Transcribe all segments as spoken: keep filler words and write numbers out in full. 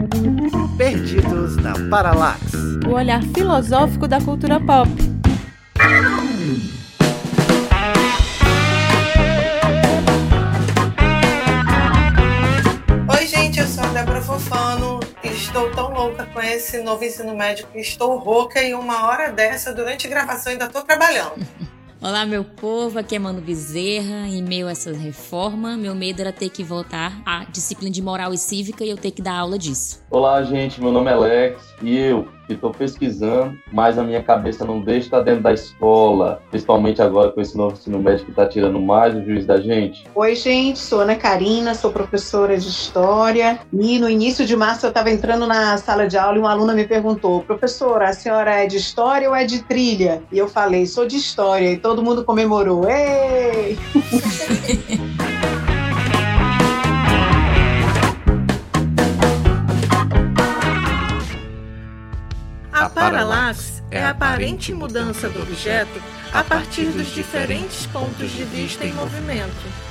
Perdidos na Paralax. O olhar filosófico da cultura pop. Oi, gente, eu sou a Débora Fofano e estou tão louca com esse novo ensino médio que estou rouca e uma hora dessa, durante a gravação, ainda estou trabalhando. Olá, meu povo, aqui é Manu Bezerra. Em meio a essa reforma, meu medo era ter que voltar à disciplina de moral e cívica e eu ter que dar aula disso. Olá, gente, meu nome é Alex e eu que estou pesquisando, mas a minha cabeça não deixa estar dentro da escola, principalmente agora com esse novo ensino médio que está tirando mais o juiz da gente. Oi, gente, sou Ana Karina, sou professora de História e no início de março eu estava entrando na sala de aula e uma aluna me perguntou: professora, a senhora é de História ou é de Trilha? E eu falei: sou de História, e todo mundo comemorou. Ei! A Paralax é a aparente mudança do objeto a partir dos diferentes pontos de vista em movimento.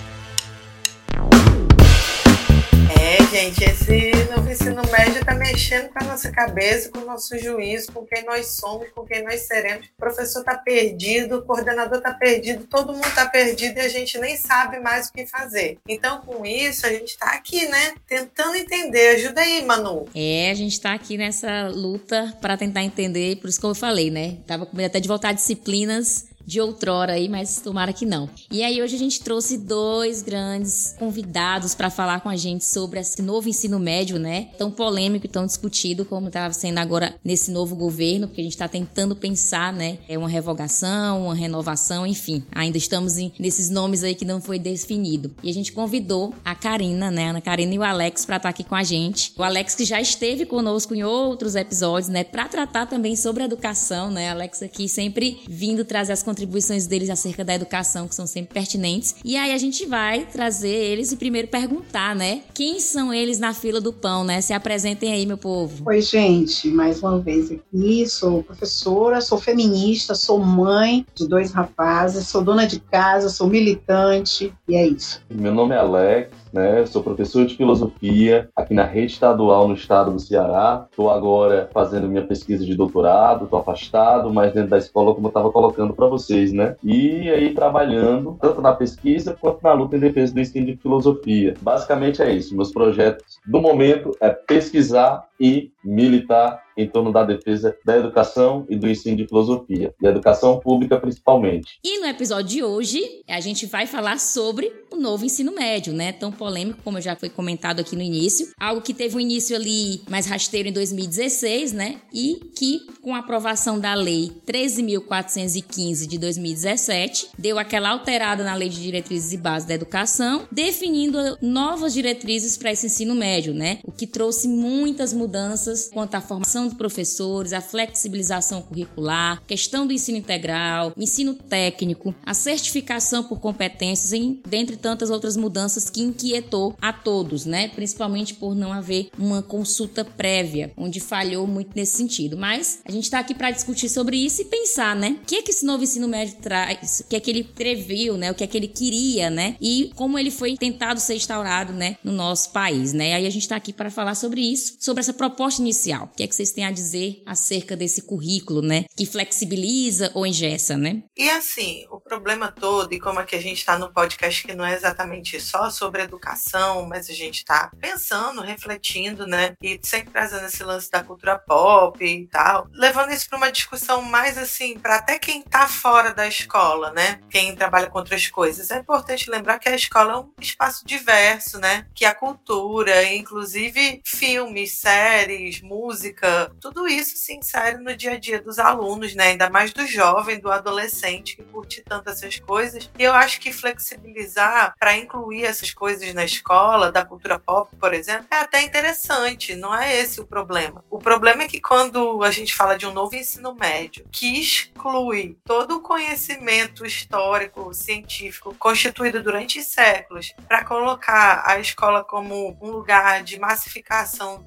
É, gente, esse novo ensino médio está mexendo com a nossa cabeça, com o nosso juízo, com quem nós somos, com quem nós seremos. O professor está perdido, o coordenador está perdido, todo mundo está perdido e a gente nem sabe mais o que fazer. Então, com isso, a gente está aqui, né, tentando entender. Ajuda aí, Manu. É, a gente está aqui nessa luta para tentar entender, por isso que eu falei, né? Tava com medo até de voltar a disciplinas de outrora aí, mas tomara que não. E aí hoje a gente trouxe dois grandes convidados para falar com a gente sobre esse novo ensino médio, né? Tão polêmico e tão discutido como está sendo agora nesse novo governo, porque a gente está tentando pensar, né? É uma revogação, uma renovação, enfim. Ainda estamos em, nesses nomes aí que não foi definido. E a gente convidou a Karina, né? A Ana Karina e o Alex para estar aqui com a gente. O Alex que já esteve conosco em outros episódios, né? Para tratar também sobre a educação, né? Alex aqui sempre vindo trazer as contribuições deles acerca da educação, que são sempre pertinentes. E aí a gente vai trazer eles e primeiro perguntar, né? Quem são eles na fila do pão, né? Se apresentem aí, meu povo. Oi, gente, mais uma vez aqui, sou professora, sou feminista, sou mãe de dois rapazes, sou dona de casa, sou militante, e é isso. Meu nome é Alex, né? Eu sou professor de filosofia aqui na rede estadual no estado do Ceará. Estou agora fazendo minha pesquisa de doutorado, estou afastado, mas dentro da escola, como eu estava colocando para vocês, né? E aí trabalhando tanto na pesquisa quanto na luta em defesa do ensino de filosofia. Basicamente é isso. Meus projetos do momento é pesquisar e militar em torno da defesa da educação e do ensino de filosofia, da educação pública principalmente. E no episódio de hoje, a gente vai falar sobre o novo ensino médio, né? Tão polêmico, como já foi comentado aqui no início. Algo que teve um início ali mais rasteiro em dois mil e dezesseis, né? E que, com a aprovação da Lei treze mil quatrocentos e quinze de dois mil e dezessete, deu aquela alterada na Lei de Diretrizes e Bases da Educação, definindo novas diretrizes para esse ensino médio, né? O que trouxe muitas mudanças quanto à formação de professores, a flexibilização curricular, questão do ensino integral, ensino técnico, a certificação por competências, e, dentre tantas outras mudanças que inquietou a todos, né? Principalmente por não haver uma consulta prévia, onde falhou muito nesse sentido. Mas a gente está aqui para discutir sobre isso e pensar, né? O que é que esse novo ensino médio traz, o que é que ele previu, né? O que é que ele queria, né? E como ele foi tentado ser instaurado, né? No nosso país, né? E aí a gente está aqui para falar sobre isso, sobre essa proposta inicial. O que é que vocês têm a dizer acerca desse currículo, né? Que flexibiliza ou engessa, né? E assim, o problema todo, e como é que a gente está no podcast que não é exatamente só sobre educação, mas a gente está pensando, refletindo, né? E sempre trazendo esse lance da cultura pop e tal, levando isso para uma discussão mais assim, para até quem está fora da escola, né? Quem trabalha com outras coisas. É importante lembrar que a escola é um espaço diverso, né? Que a cultura, inclusive filmes, séries, música, tudo isso se insere no dia a dia dos alunos, né? Ainda mais do jovem, do adolescente que curte tanto essas coisas. E eu acho que flexibilizar para incluir essas coisas na escola, da cultura pop, por exemplo, é até interessante. Não é esse o problema. O problema é que quando a gente fala de um novo ensino médio que exclui todo o conhecimento histórico, científico, constituído durante séculos, para colocar a escola como um lugar de massificação do conhecimento,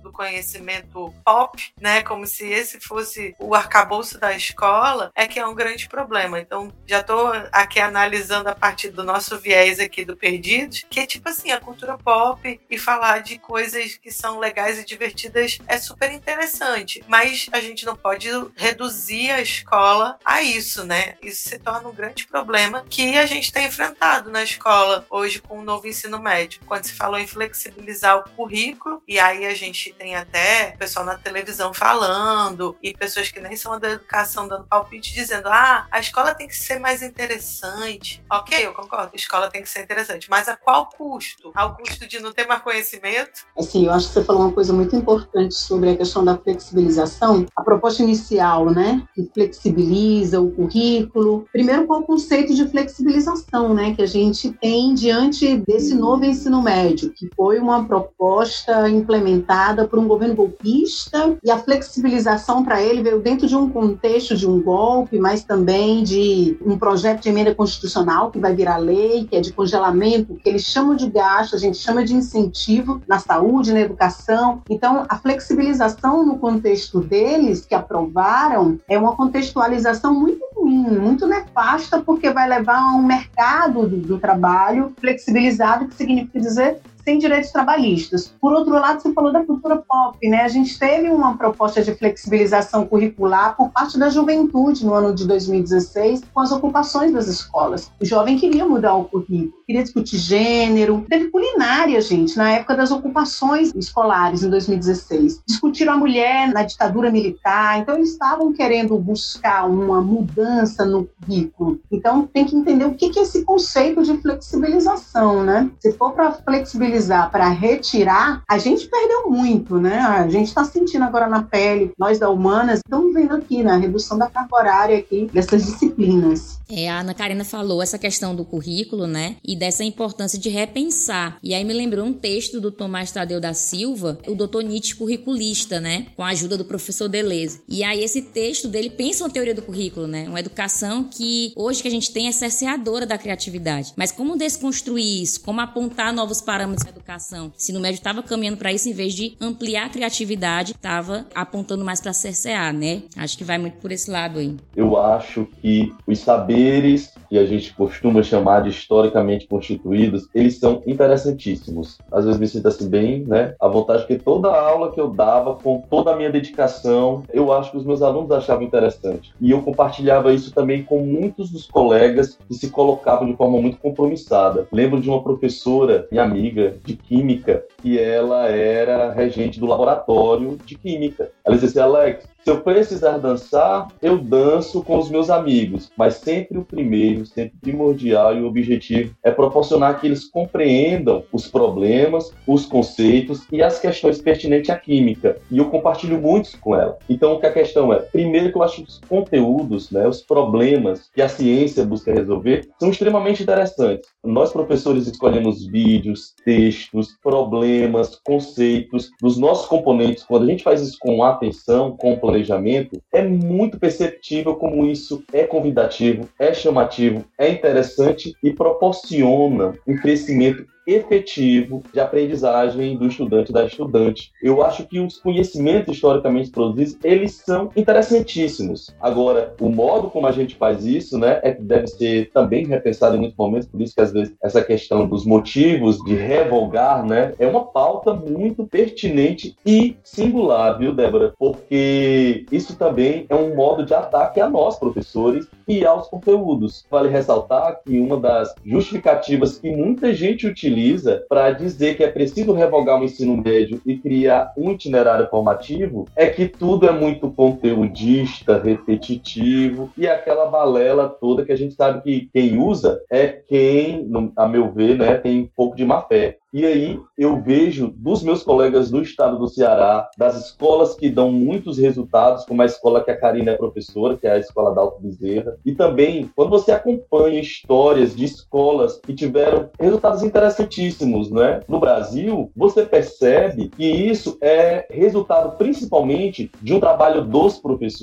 conhecimento pop, né, como se esse fosse o arcabouço da escola, é que é um grande problema. Então, já estou aqui analisando a partir do nosso viés aqui do Perdidos, que é tipo assim, a cultura pop e falar de coisas que são legais e divertidas é super interessante, mas a gente não pode reduzir a escola a isso, né? Isso se torna um grande problema que a gente tem enfrentado na escola hoje com o novo ensino médio. Quando se falou em flexibilizar o currículo, e aí a gente tem até pessoal na televisão falando, e pessoas que nem são da educação dando palpite, dizendo, ah, a escola tem que ser mais interessante. Ok, eu concordo, a escola tem que ser interessante, mas a qual custo? Ao custo de não ter mais conhecimento? Assim, eu acho que você falou uma coisa muito importante sobre a questão da flexibilização. A proposta inicial, né, que flexibiliza o currículo. Primeiro, qual o conceito de flexibilização, né, que a gente tem diante desse novo ensino médio, que foi uma proposta implementada por um governo golpista, e a flexibilização para ele veio dentro de um contexto de um golpe, mas também de um projeto de emenda constitucional que vai virar lei, que é de congelamento, que eles chamam de gasto, a gente chama de incentivo na saúde, na educação. Então, a flexibilização no contexto deles, que aprovaram, é uma contextualização muito ruim, muito nefasta, porque vai levar a um mercado do, do trabalho flexibilizado, que significa dizer sem direitos trabalhistas. Por outro lado, você falou da cultura pop, né? A gente teve uma proposta de flexibilização curricular por parte da juventude no ano de dois mil e dezesseis, com as ocupações das escolas. O jovem queria mudar o currículo, queria discutir gênero. Teve culinária, gente, na época das ocupações escolares, em dois mil e dezesseis. Discutiram a mulher na ditadura militar. Então, eles estavam querendo buscar uma mudança no currículo. Então, tem que entender o que é esse conceito de flexibilização, né? Se for para flexibilizar para retirar, a gente perdeu muito, né? A gente está sentindo agora na pele, nós da Humanas, estamos vendo aqui, né, a redução da carga horária aqui dessas disciplinas. É, a Ana Karina falou essa questão do currículo, né, e dessa importância de repensar. E aí me lembrou um texto do Tomás Tadeu da Silva, o doutor Nietzsche curriculista, né, com a ajuda do professor Deleuze. E aí esse texto dele pensa uma teoria do currículo, né, uma educação que hoje que a gente tem é cerceadora da criatividade. Mas como desconstruir isso? Como apontar novos parâmetros da educação? O ensino médio estava caminhando para isso, em vez de ampliar a criatividade, estava apontando mais para cercear, né? Acho que vai muito por esse lado aí. Eu acho que os saberes que a gente costuma chamar de historicamente constituídos, eles são interessantíssimos. Às vezes me sinto assim bem, né, à vontade, porque toda aula que eu dava, com toda a minha dedicação, eu acho que os meus alunos achavam interessante. E eu compartilhava isso também com muitos dos colegas que se colocavam de forma muito compromissada. Lembro de uma professora, minha amiga, de Química, que ela era regente do laboratório de Química. Ela dizia assim, Alex, se eu precisar dançar, eu danço com os meus amigos, mas sempre o primeiro, sempre primordial e o objetivo é proporcionar que eles compreendam os problemas, os conceitos e as questões pertinentes à química. E eu compartilho muitos com ela. Então, o que a questão é? Primeiro que eu acho que os conteúdos, né, os problemas que a ciência busca resolver são extremamente interessantes. Nós, professores, escolhemos vídeos, textos, problemas, conceitos dos nossos componentes. Quando a gente faz isso com atenção, com planejamento, é muito perceptível como isso é convidativo, é chamativo, é interessante e proporciona um crescimento efetivo de aprendizagem do estudante e da estudante. Eu acho que os conhecimentos historicamente produzidos, eles são interessantíssimos. Agora, o modo como a gente faz isso, né, é que deve ser também repensado em muitos momentos, por isso que às vezes essa questão dos motivos de revogar, né, é uma pauta muito pertinente e singular, viu, Débora? Porque isso também é um modo de ataque a nós, professores, e aos conteúdos. Vale ressaltar que uma das justificativas que muita gente utiliza para dizer que é preciso revogar o ensino médio e criar um itinerário formativo é que tudo é muito conteudista, repetitivo e aquela balela toda que a gente sabe que quem usa é quem, a meu ver, né, tem um pouco de má fé. E aí eu vejo dos meus colegas do estado do Ceará, das escolas que dão muitos resultados, como a escola que a Karina é professora, que é a escola da Alto Bezerra, e também quando você acompanha histórias de escolas que tiveram resultados interessantíssimos, né, no Brasil, você percebe que isso é resultado principalmente de um trabalho dos professores.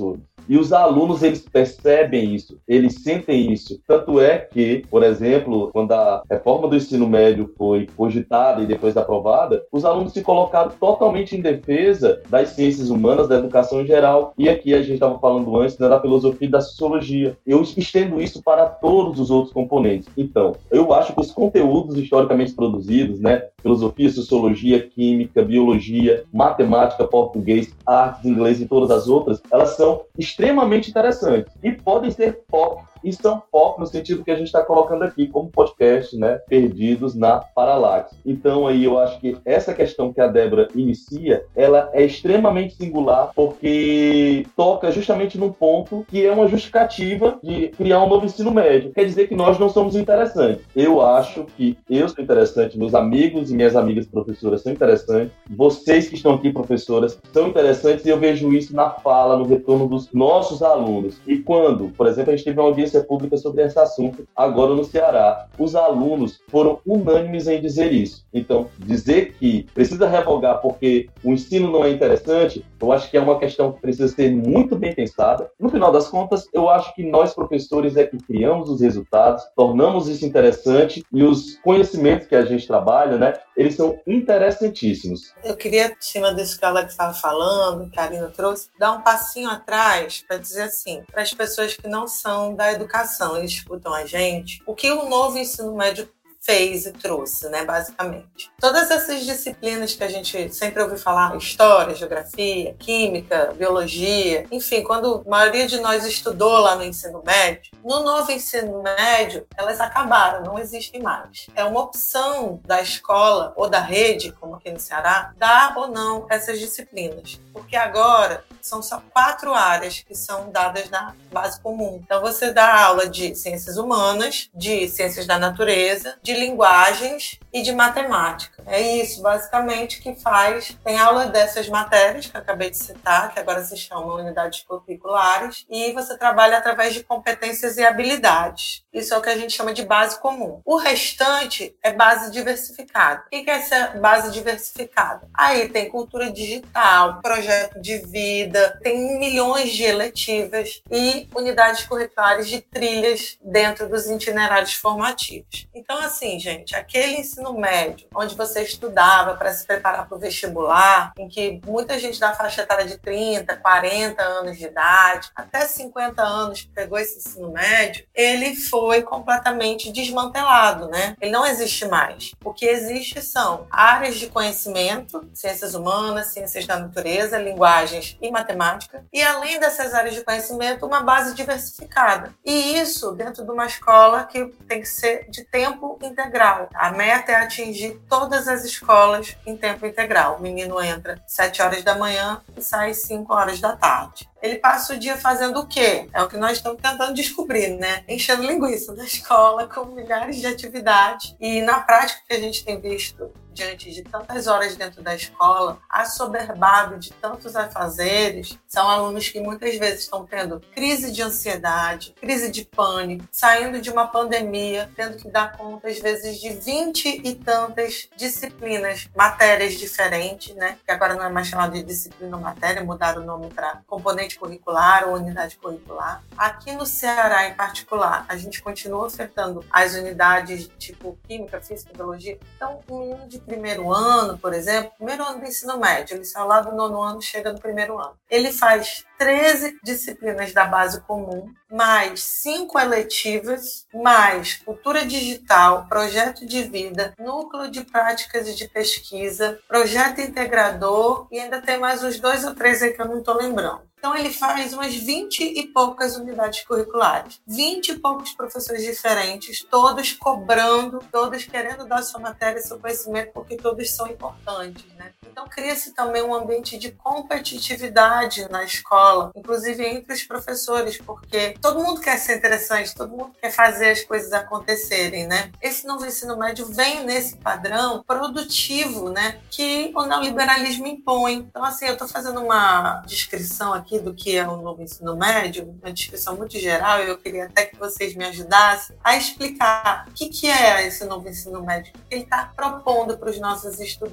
E os alunos, eles percebem isso, eles sentem isso. Tanto é que, por exemplo, quando a reforma do ensino médio foi cogitada e depois aprovada, os alunos se colocaram totalmente em defesa das ciências humanas, da educação em geral. E aqui a gente estava falando antes, né, da filosofia e da sociologia. Eu estendo isso para todos os outros componentes. Então, eu acho que os conteúdos historicamente produzidos, né, filosofia, sociologia, química, biologia, matemática, português, artes, inglês e todas as outras, elas são extremamente interessantes e podem ser pop. E são pop no sentido que a gente está colocando aqui como podcast, né? Perdidos na Paralaxe. Então aí eu acho que essa questão que a Débora inicia, ela é extremamente singular porque toca justamente num ponto que é uma justificativa de criar um novo ensino médio. Quer dizer que nós não somos interessantes. Eu acho que eu sou interessante, meus amigos e minhas amigas professoras são interessantes, vocês que estão aqui, professoras, são interessantes e eu vejo isso na fala, no retorno dos nossos alunos. E quando, por exemplo, a gente teve uma audiência pública sobre esse assunto agora no Ceará, os alunos foram unânimes em dizer isso. Então, dizer que precisa revogar porque o ensino não é interessante, eu acho que é uma questão que precisa ser muito bem pensada. No final das contas, eu acho que nós, professores, é que criamos os resultados, tornamos isso interessante e os conhecimentos que a gente trabalha, né, eles são interessantíssimos. Eu queria, em cima disso que a Alex estava falando, que a Karina trouxe, dar um passinho atrás para dizer assim, para as pessoas que não são da educação, eles escutam a gente, o que o novo ensino médio fez e trouxe, né, basicamente. Todas essas disciplinas que a gente sempre ouviu falar, história, geografia, química, biologia, enfim, quando a maioria de nós estudou lá no ensino médio, no novo ensino médio, elas acabaram, não existem mais. É uma opção da escola ou da rede, como aqui no Ceará, dar ou não essas disciplinas. Porque agora são só quatro áreas que são dadas na base comum. Então você dá aula de ciências humanas, de ciências da natureza, de linguagens e de matemática. É isso, basicamente, que faz. Tem aula dessas matérias que eu acabei de citar, que agora se chamam unidades curriculares, e você trabalha através de competências e habilidades. Isso é o que a gente chama de base comum. O restante é base diversificada. O que é essa base diversificada? Aí tem cultura digital, projeto de vida, tem milhões de eletivas e unidades curriculares de trilhas dentro dos itinerários formativos. Então, assim, gente, aquele ensino médio, onde você estudava para se preparar para o vestibular, em que muita gente da faixa etária de trinta, quarenta anos de idade, até cinquenta anos pegou esse ensino médio, ele foi completamente desmantelado, né? Ele não existe mais. O que existe são áreas de conhecimento, ciências humanas, ciências da natureza, linguagens e matemática, e além dessas áreas de conhecimento, uma base diversificada. E isso dentro de uma escola que tem que ser de tempo integral. A meta é atingir todas as escolas em tempo integral. O menino entra sete horas da manhã e sai cinco horas da tarde. Ele passa o dia fazendo o quê? É o que nós estamos tentando descobrir, né? Enchendo linguiça na escola com milhares de atividades. E na prática que a gente tem visto diante de tantas horas dentro da escola, assoberbado de tantos afazeres, são alunos que muitas vezes estão tendo crise de ansiedade, crise de pânico, saindo de uma pandemia, tendo que dar conta, às vezes, de vinte e tantas disciplinas, matérias diferentes, né? Que agora não é mais chamado de disciplina ou matéria, mudaram o nome para componente curricular ou unidade curricular. Aqui no Ceará, em particular, a gente continua ofertando as unidades tipo química, física, biologia. Então, um menino de primeiro ano, por exemplo, primeiro ano do ensino médio, ele sai lá do nono ano, chega no primeiro ano. Ele faz treze disciplinas da base comum, mais cinco eletivas, mais cultura digital, projeto de vida, núcleo de práticas e de pesquisa, projeto integrador e ainda tem mais uns dois ou três aí que eu não estou lembrando. Então ele faz umas vinte e poucas unidades curriculares, vinte e poucos professores diferentes, todos cobrando, todos querendo dar sua matéria, seu conhecimento, porque todos são importantes, né? Então cria-se também um ambiente de competitividade na escola, inclusive entre os professores, porque todo mundo quer ser interessante, todo mundo quer fazer as coisas acontecerem, né? Esse novo ensino médio vem nesse padrão produtivo, né? Que o neoliberalismo impõe. Então, assim, eu estou fazendo uma descrição aqui do que é o novo ensino médio, uma descrição muito geral, e eu queria até que vocês me ajudassem a explicar o que, que é esse novo ensino médio, o que ele está propondo para os nossos estudantes.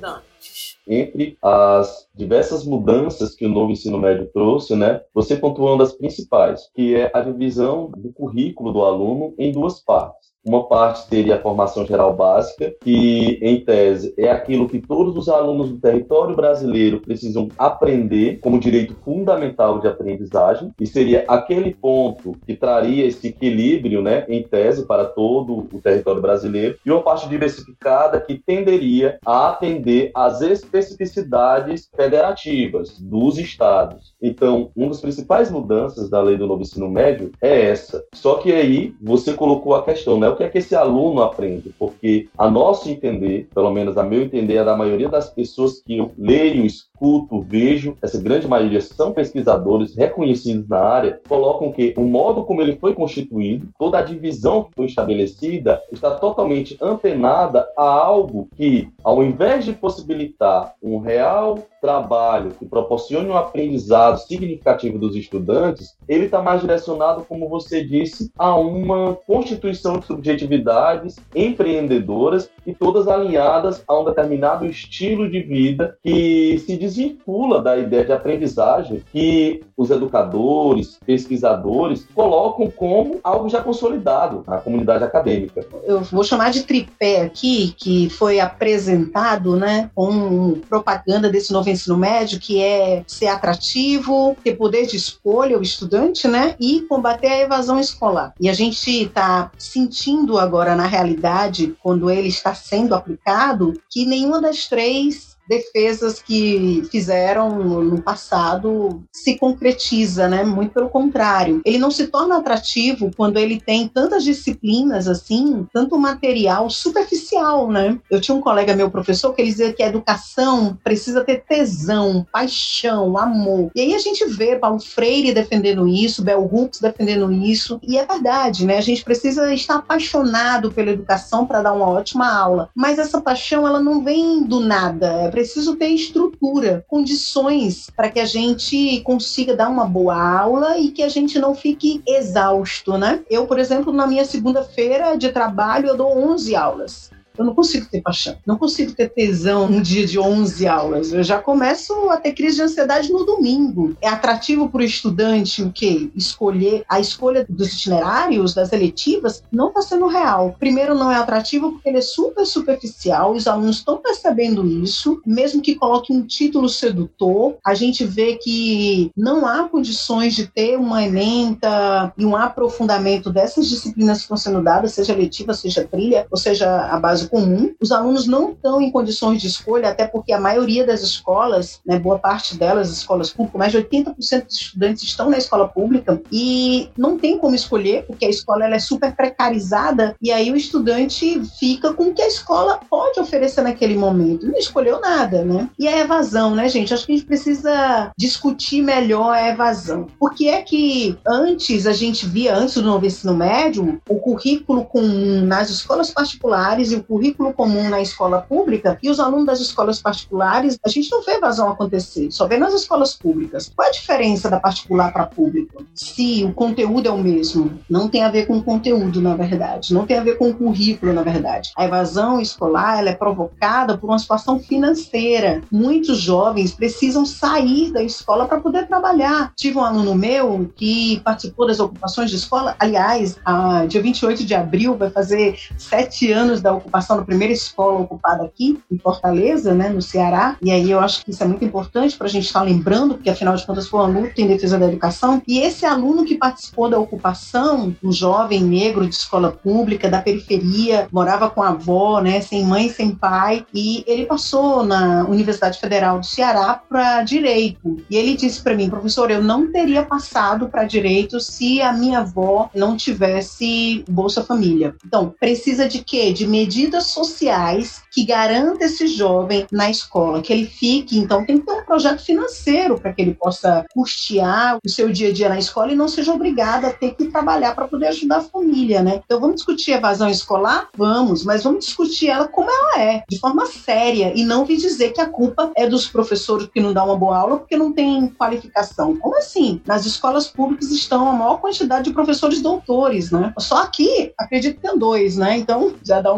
estudantes. Entre as diversas mudanças que o novo ensino médio trouxe, né, você pontuou uma das principais, que é a divisão do currículo do aluno em duas partes. Uma parte seria a formação geral básica, que, em tese, é aquilo que todos os alunos do território brasileiro precisam aprender como direito fundamental de aprendizagem, e seria aquele ponto que traria esse equilíbrio, né, em tese, para todo o território brasileiro, e uma parte diversificada que tenderia a atender às especificidades federativas dos estados. Então, uma das principais mudanças da lei do novo ensino médio é essa. Só que aí você colocou a questão, né? O que é que esse aluno aprende? Porque, a nosso entender, pelo menos a meu entender, a da maioria das pessoas que eu leio, escuto, vejo, essa grande maioria são pesquisadores reconhecidos na área, colocam que o modo como ele foi constituído, toda a divisão que foi estabelecida, está totalmente antenada a algo que, ao invés de possibilitar um real trabalho que proporcione um aprendizado significativo dos estudantes, ele está mais direcionado, como você disse, a uma constituição de subjetividades empreendedoras e todas alinhadas a um determinado estilo de vida que se desvincula da ideia de aprendizagem que os educadores, pesquisadores colocam como algo já consolidado na comunidade acadêmica. Eu vou chamar de tripé aqui, que foi apresentado, né, com propaganda desse novo ensino médio, que é ser atrativo, ter poder de escolha, o estudante, né, e combater a evasão escolar. E a gente está sentindo agora, na realidade, quando ele está sendo aplicado, que nenhuma das três defesas que fizeram no passado se concretiza, né? Muito pelo contrário. Ele não se torna atrativo quando ele tem tantas disciplinas assim, tanto material superficial, né? Eu tinha um colega meu, professor, que ele dizia que a educação precisa ter tesão, paixão, amor. E aí a gente vê Paulo Freire defendendo isso, Bell Hooks defendendo isso, e é verdade, né? A gente precisa estar apaixonado pela educação para dar uma ótima aula, mas essa paixão, ela não vem do nada. É preciso ter estrutura, condições para que a gente consiga dar uma boa aula e que a gente não fique exausto, né? Eu, por exemplo, na minha segunda-feira de trabalho, eu dou onze aulas. Eu não consigo ter paixão, não consigo ter tesão um dia de onze aulas. Eu já começo a ter crise de ansiedade no domingo. É atrativo para o estudante o quê? Escolher, a escolha dos itinerários, das eletivas, não está sendo real. Primeiro, não é atrativo porque ele é super superficial, os alunos estão percebendo isso, mesmo que coloque um título sedutor, a gente vê que não há condições de ter uma ementa e um aprofundamento dessas disciplinas que estão sendo dadas, seja eletiva, seja trilha, ou seja, a base comum. Os alunos não estão em condições de escolha, até porque a maioria das escolas, né, boa parte delas, escolas públicas, mais de oitenta por cento dos estudantes estão na escola pública e não tem como escolher, porque a escola ela é super precarizada e aí o estudante fica com o que a escola pode oferecer naquele momento. Não escolheu nada, né? E a evasão, né, gente? Acho que a gente precisa discutir melhor a evasão. Por que é que antes a gente via, antes do novo ensino médio, o currículo comum nas escolas particulares e o currículo comum na escola pública, e os alunos das escolas particulares, a gente não vê evasão acontecer, só vê nas escolas públicas. Qual a diferença da particular para a pública? Se o conteúdo é o mesmo, não tem a ver com o conteúdo, na verdade, não tem a ver com o currículo, na verdade. A evasão escolar, ela é provocada por uma situação financeira. Muitos jovens precisam sair da escola para poder trabalhar. Tive um aluno meu que participou das ocupações de escola, aliás, a, dia vinte e oito de abril vai fazer sete anos da ocupação da primeira escola ocupada aqui em Fortaleza, né, no Ceará, e aí eu acho que isso é muito importante para a gente estar lembrando, porque afinal de contas foi uma luta em defesa da educação, e esse aluno que participou da ocupação, um jovem negro de escola pública, da periferia, morava com a avó, né, sem mãe, sem pai, e ele passou na Universidade Federal do Ceará para Direito, e ele disse para mim, professor, eu não teria passado para Direito se a minha avó não tivesse Bolsa Família. Então, precisa de quê? De medidas sociais que garanta esse jovem na escola, que ele fique, então tem que ter um projeto financeiro para que ele possa custear o seu dia a dia na escola e não seja obrigado a ter que trabalhar para poder ajudar a família, né? Então vamos discutir a evasão escolar? Vamos, mas vamos discutir ela como ela é, de forma séria, e não vir dizer que a culpa é dos professores que não dão uma boa aula porque não tem qualificação. Como assim? Nas escolas públicas estão a maior quantidade de professores doutores, né? Só aqui, acredito que tem dois, né? Então já dá um bom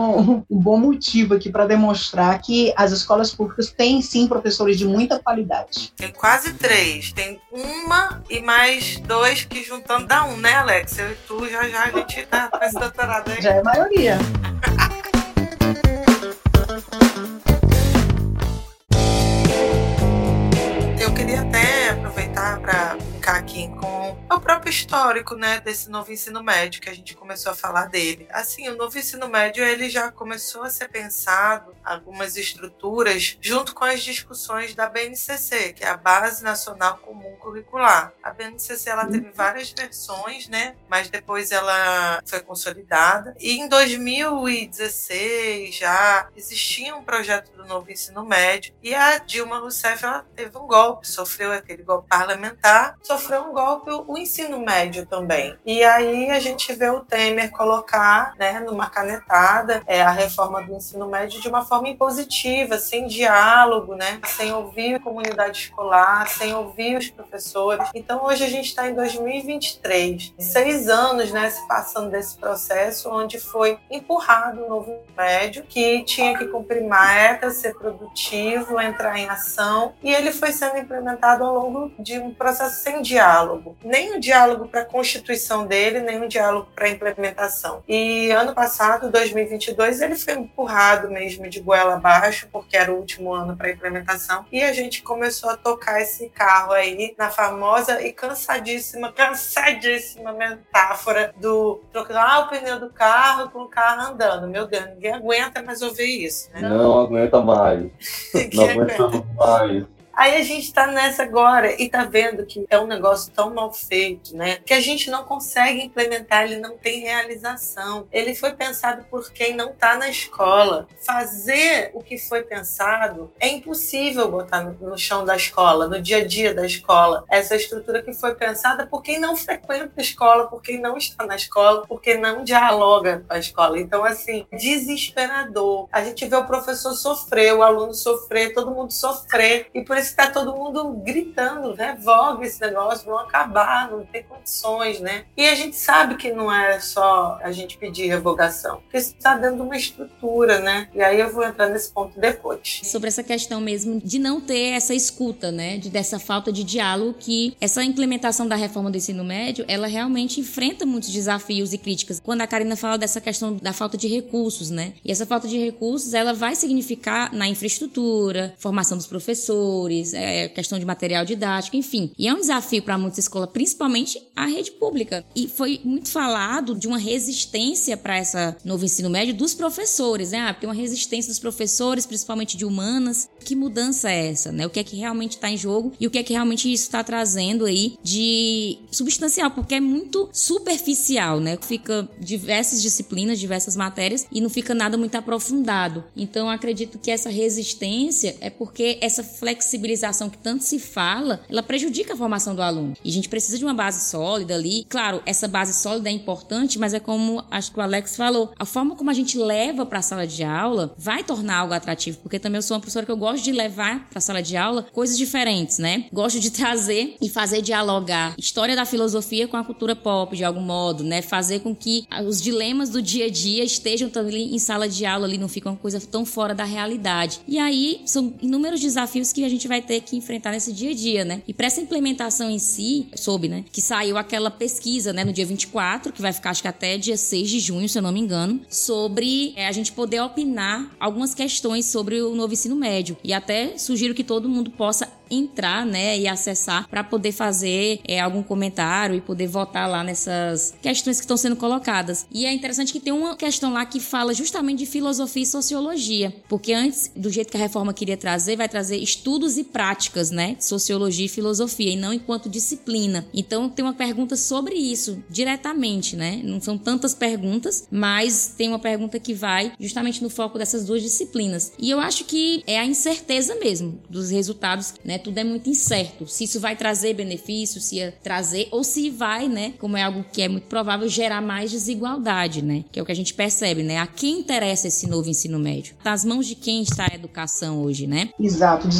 um, um bom motivo aqui para demonstrar que as escolas públicas têm sim professores de muita qualidade. Tem quase três. Tem uma e mais dois que juntando dá um, né, Alex? Eu e tu, já já a gente tá com esse doutorado aí. Já é a maioria. Eu queria até aproveitar para brincar aqui com o próprio histórico, né, desse novo ensino médio, que a gente começou a falar dele. Assim, o novo ensino médio, ele já começou a ser pensado, algumas estruturas, junto com as discussões da B N C C, que é a Base Nacional Comum Curricular. A B N C C, ela teve várias versões, né, mas depois ela foi consolidada. E em dois mil e dezesseis já existia um projeto do novo ensino médio, e a Dilma Rousseff, ela teve um golpe, sofreu aquele golpe parlamentar, sofreu um golpe o ensino médio também. E aí a gente vê o Temer colocar, né, numa canetada, é, a reforma do ensino médio de uma forma impositiva, sem diálogo, né, sem ouvir a comunidade escolar, sem ouvir os professores. Então hoje a gente está em dois mil e vinte e três, seis anos, né, se passando desse processo, onde foi empurrado o novo médio, que tinha que cumprir meta, ser produtivo, entrar em ação, e ele foi sendo implementado ao longo de um processo sem diálogo. Nem um diálogo para a constituição dele, nem um diálogo para a implementação. E ano passado, dois mil e vinte e dois, ele foi empurrado mesmo de goela abaixo, porque era o último ano para a implementação, e a gente começou a tocar esse carro aí na famosa e cansadíssima, cansadíssima metáfora do trocar o pneu do carro com o carro andando. Meu Deus, ninguém aguenta mais ouvir isso, né? Não aguenta mais. Não aguentamos mais. Aí a gente tá nessa agora e tá vendo que é um negócio tão mal feito, né? Que a gente não consegue implementar, ele não tem realização. Ele foi pensado por quem não tá na escola. Fazer o que foi pensado é impossível botar no, no chão da escola, no dia a dia da escola. Essa estrutura que foi pensada por quem não frequenta a escola, por quem não está na escola, por quem não dialoga com a escola. Então, assim, desesperador. A gente vê o professor sofrer, o aluno sofrer, todo mundo sofrer. E por isso está todo mundo gritando, né? Voga esse negócio, vão acabar, não tem condições, né? E a gente sabe que não é só a gente pedir revogação, porque isso está dentro de uma estrutura, né? E aí eu vou entrar nesse ponto depois. Sobre essa questão mesmo de não ter essa escuta, né? De, dessa falta de diálogo, que essa implementação da reforma do ensino médio, ela realmente enfrenta muitos desafios e críticas. Quando a Karina fala dessa questão da falta de recursos, né? E essa falta de recursos, ela vai significar na infraestrutura, formação dos professores, é, questão de material didático, enfim. E é um desafio para muitas escolas, principalmente a rede pública. E foi muito falado de uma resistência para essa novo ensino médio dos professores, né? Ah, tem uma resistência dos professores, principalmente de humanas. Que mudança é essa, né? O que é que realmente está em jogo e o que é que realmente isso está trazendo aí de substancial, porque é muito superficial, né? Fica diversas disciplinas, diversas matérias e não fica nada muito aprofundado. Então, eu acredito que essa resistência é porque essa flexibilidade que tanto se fala, ela prejudica a formação do aluno. E a gente precisa de uma base sólida ali. Claro, essa base sólida é importante, mas é como acho que o Alex falou, a forma como a gente leva para a sala de aula vai tornar algo atrativo, porque também eu sou uma professora que eu gosto de levar para a sala de aula coisas diferentes, né? Gosto de trazer e fazer dialogar história da filosofia com a cultura pop, de algum modo, né? Fazer com que os dilemas do dia a dia estejam também em sala de aula ali, não fica uma coisa tão fora da realidade. E aí, são inúmeros desafios que a gente vai ter que enfrentar nesse dia a dia, né? E para essa implementação em si, soube, né? Que saiu aquela pesquisa, né? No dia vinte e quatro, que vai ficar acho que até dia seis de junho, se eu não me engano, sobre é, a gente poder opinar algumas questões sobre o novo ensino médio. E até sugiro que todo mundo possa entrar, né, e acessar para poder fazer é, algum comentário e poder votar lá nessas questões que estão sendo colocadas. E é interessante que tem uma questão lá que fala justamente de filosofia e sociologia, porque antes, do jeito que a reforma queria trazer, vai trazer estudos e práticas, né, de sociologia e filosofia, e não enquanto disciplina. Então tem uma pergunta sobre isso, diretamente, né, não são tantas perguntas, mas tem uma pergunta que vai justamente no foco dessas duas disciplinas. E eu acho que é a incerteza mesmo dos resultados, né, tudo é muito incerto. Se isso vai trazer benefícios, se ia trazer, ou se vai, né, como é algo que é muito provável, gerar mais desigualdade, né, que é o que a gente percebe, né, a quem interessa esse novo ensino médio? Tá nas mãos de quem está a educação hoje, né? Exato, desigualdade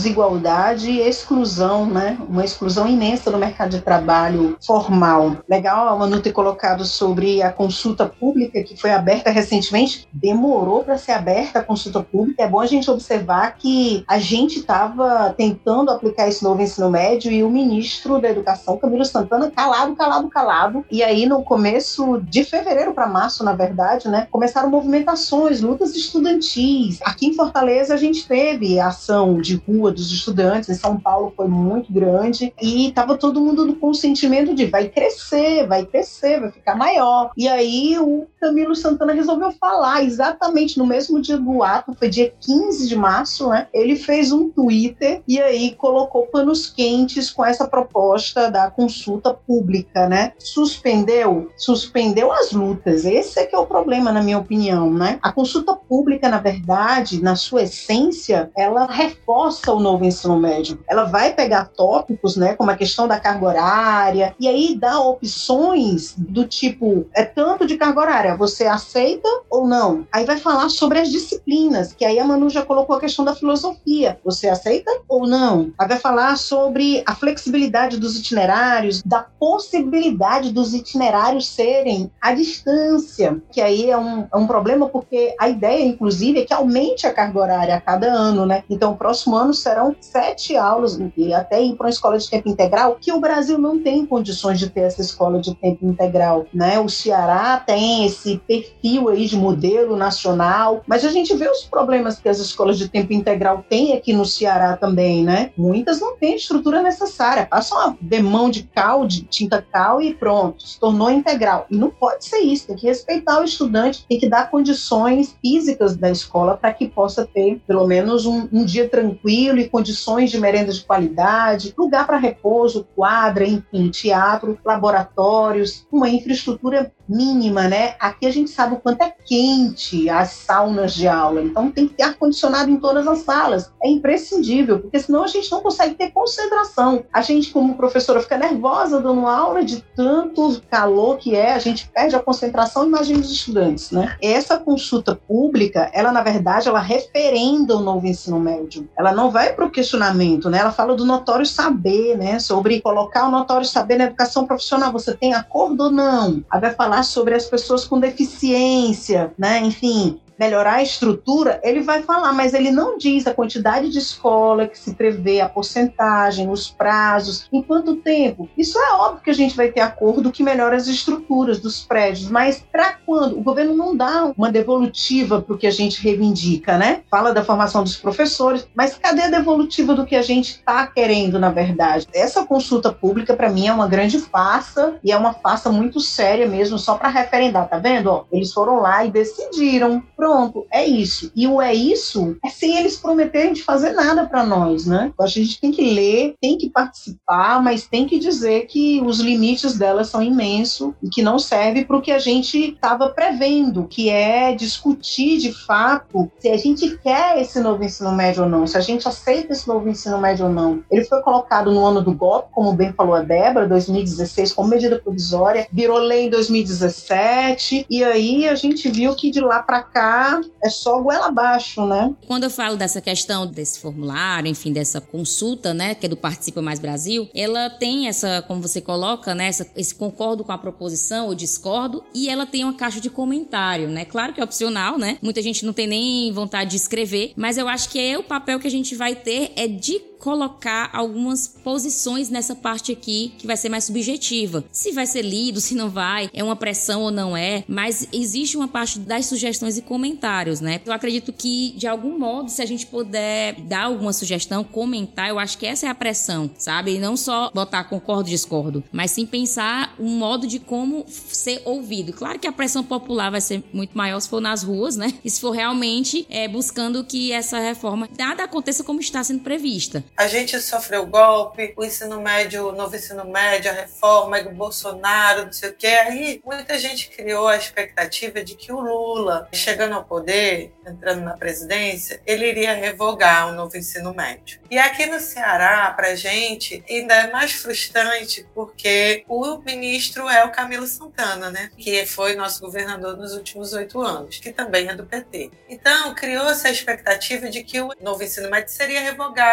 desigualdade e exclusão, né? Uma exclusão imensa no mercado de trabalho formal. Legal a Manu ter colocado sobre a consulta pública que foi aberta recentemente. Demorou para ser aberta a consulta pública. É bom a gente observar que a gente estava tentando aplicar esse novo ensino médio e o ministro da Educação, Camilo Santana, calado, calado, calado. E aí, no começo de fevereiro para março, na verdade, né, começaram movimentações, lutas estudantis. Aqui em Fortaleza, a gente teve a ação de rua dos estudantes. Em São Paulo foi muito grande. E estava todo mundo com o sentimento de vai crescer, vai crescer, vai ficar maior. E aí, o Camilo Santana resolveu falar exatamente no mesmo dia do ato, foi dia quinze de março, né? Ele fez um Twitter e aí colocou panos quentes com essa proposta da consulta pública, né? Suspendeu, suspendeu as lutas. Esse é que é o problema, na minha opinião, né? A consulta pública, na verdade, na sua essência, ela reforça o novo ensino médio. Ela vai pegar tópicos, né, como a questão da carga horária, e aí dá opções do tipo, é tanto de carga horária, você aceita ou não? Aí vai falar sobre as disciplinas, que aí a Manu já colocou a questão da filosofia. Você aceita ou não? Aí vai falar sobre a flexibilidade dos itinerários, da possibilidade dos itinerários serem à distância, que aí é um, é um problema porque a ideia, inclusive, é que aumente a carga horária a cada ano, né? Então, o próximo ano serão sete aulas, e até ir para uma escola de tempo integral, que o Brasil não tem condições de ter essa escola de tempo integral, né? O Ceará tem esse perfil aí de modelo nacional, mas a gente vê os problemas que as escolas de tempo integral têm aqui no Ceará também, né? Muitas não têm a estrutura necessária, passa uma demão de cal, de tinta cal e pronto, se tornou integral. E não pode ser isso, tem que respeitar o estudante, tem que dar condições físicas da escola para que possa ter pelo menos um, um dia tranquilo e condições de merenda de qualidade, lugar para repouso, quadra, enfim, teatro, laboratórios, uma infraestrutura mínima, né? Aqui a gente sabe o quanto é quente as saunas de aula, então tem que ter ar-condicionado em todas as salas. É imprescindível, porque senão a gente não consegue ter concentração. A gente, como professora, fica nervosa dando aula de tanto calor que é, a gente perde a concentração, imagina os estudantes, né? Essa consulta pública, ela, na verdade, ela referenda o novo ensino médio. Ela não vai para o questionamento, né? Ela fala do notório saber, né? Sobre colocar o notório saber na educação profissional. Você tem acordo ou não? Ela vai falar sobre as pessoas com deficiência, né? Enfim, melhorar a estrutura, ele vai falar, mas ele não diz a quantidade de escola que se prevê, a porcentagem, os prazos, em quanto tempo. Isso é óbvio que a gente vai ter acordo que melhora as estruturas dos prédios, mas para quando? O governo não dá uma devolutiva para o que a gente reivindica, né? Fala da formação dos professores, mas cadê a devolutiva do que a gente está querendo, na verdade? Essa consulta pública, para mim, é uma grande farsa, e é uma farsa muito séria mesmo, só para referendar, tá vendo? Ó, eles foram lá e decidiram. Pronto, é isso. E o é isso é sem eles prometerem de fazer nada para nós, né? A gente tem que ler, tem que participar, mas tem que dizer que os limites delas são imensos e que não serve para o que a gente estava prevendo, que é discutir de fato se a gente quer esse novo ensino médio ou não, se a gente aceita esse novo ensino médio ou não. Ele foi colocado no ano do golpe, como bem falou a Débora, dois mil e dezesseis, como medida provisória, virou lei em dois mil e dezessete, e aí a gente viu que de lá para cá é só goela abaixo, né? Quando eu falo dessa questão desse formulário, enfim, dessa consulta, né, que é do Participa Mais Brasil, ela tem essa, como você coloca, né, essa, esse concordo com a proposição ou discordo, e ela tem uma caixa de comentário, né? Claro que é opcional, né? Muita gente não tem nem vontade de escrever, mas eu acho que é o papel que a gente vai ter é de colocar algumas posições nessa parte aqui que vai ser mais subjetiva. Se vai ser lido, se não vai, é uma pressão ou não é, mas existe uma parte das sugestões e comentários, né? Eu acredito que, de algum modo, se a gente puder dar alguma sugestão, comentar, eu acho que essa é a pressão, sabe? E não só botar concordo, discordo, mas sim pensar um modo de como ser ouvido. Claro que a pressão popular vai ser muito maior se for nas ruas, né? E se for realmente é, buscando que essa reforma nada aconteça como está sendo prevista. A gente sofreu golpe, o ensino médio, o novo ensino médio, a reforma do Bolsonaro, não sei o quê. Aí muita gente criou a expectativa de que o Lula, chegando ao poder, entrando na presidência, ele iria revogar o novo ensino médio. E aqui no Ceará, pra gente, ainda é mais frustrante porque o ministro é o Camilo Santana, né? Que foi nosso governador nos últimos oito anos, que também é do P T. Então, criou-se a expectativa de que o novo ensino médio seria revogado. E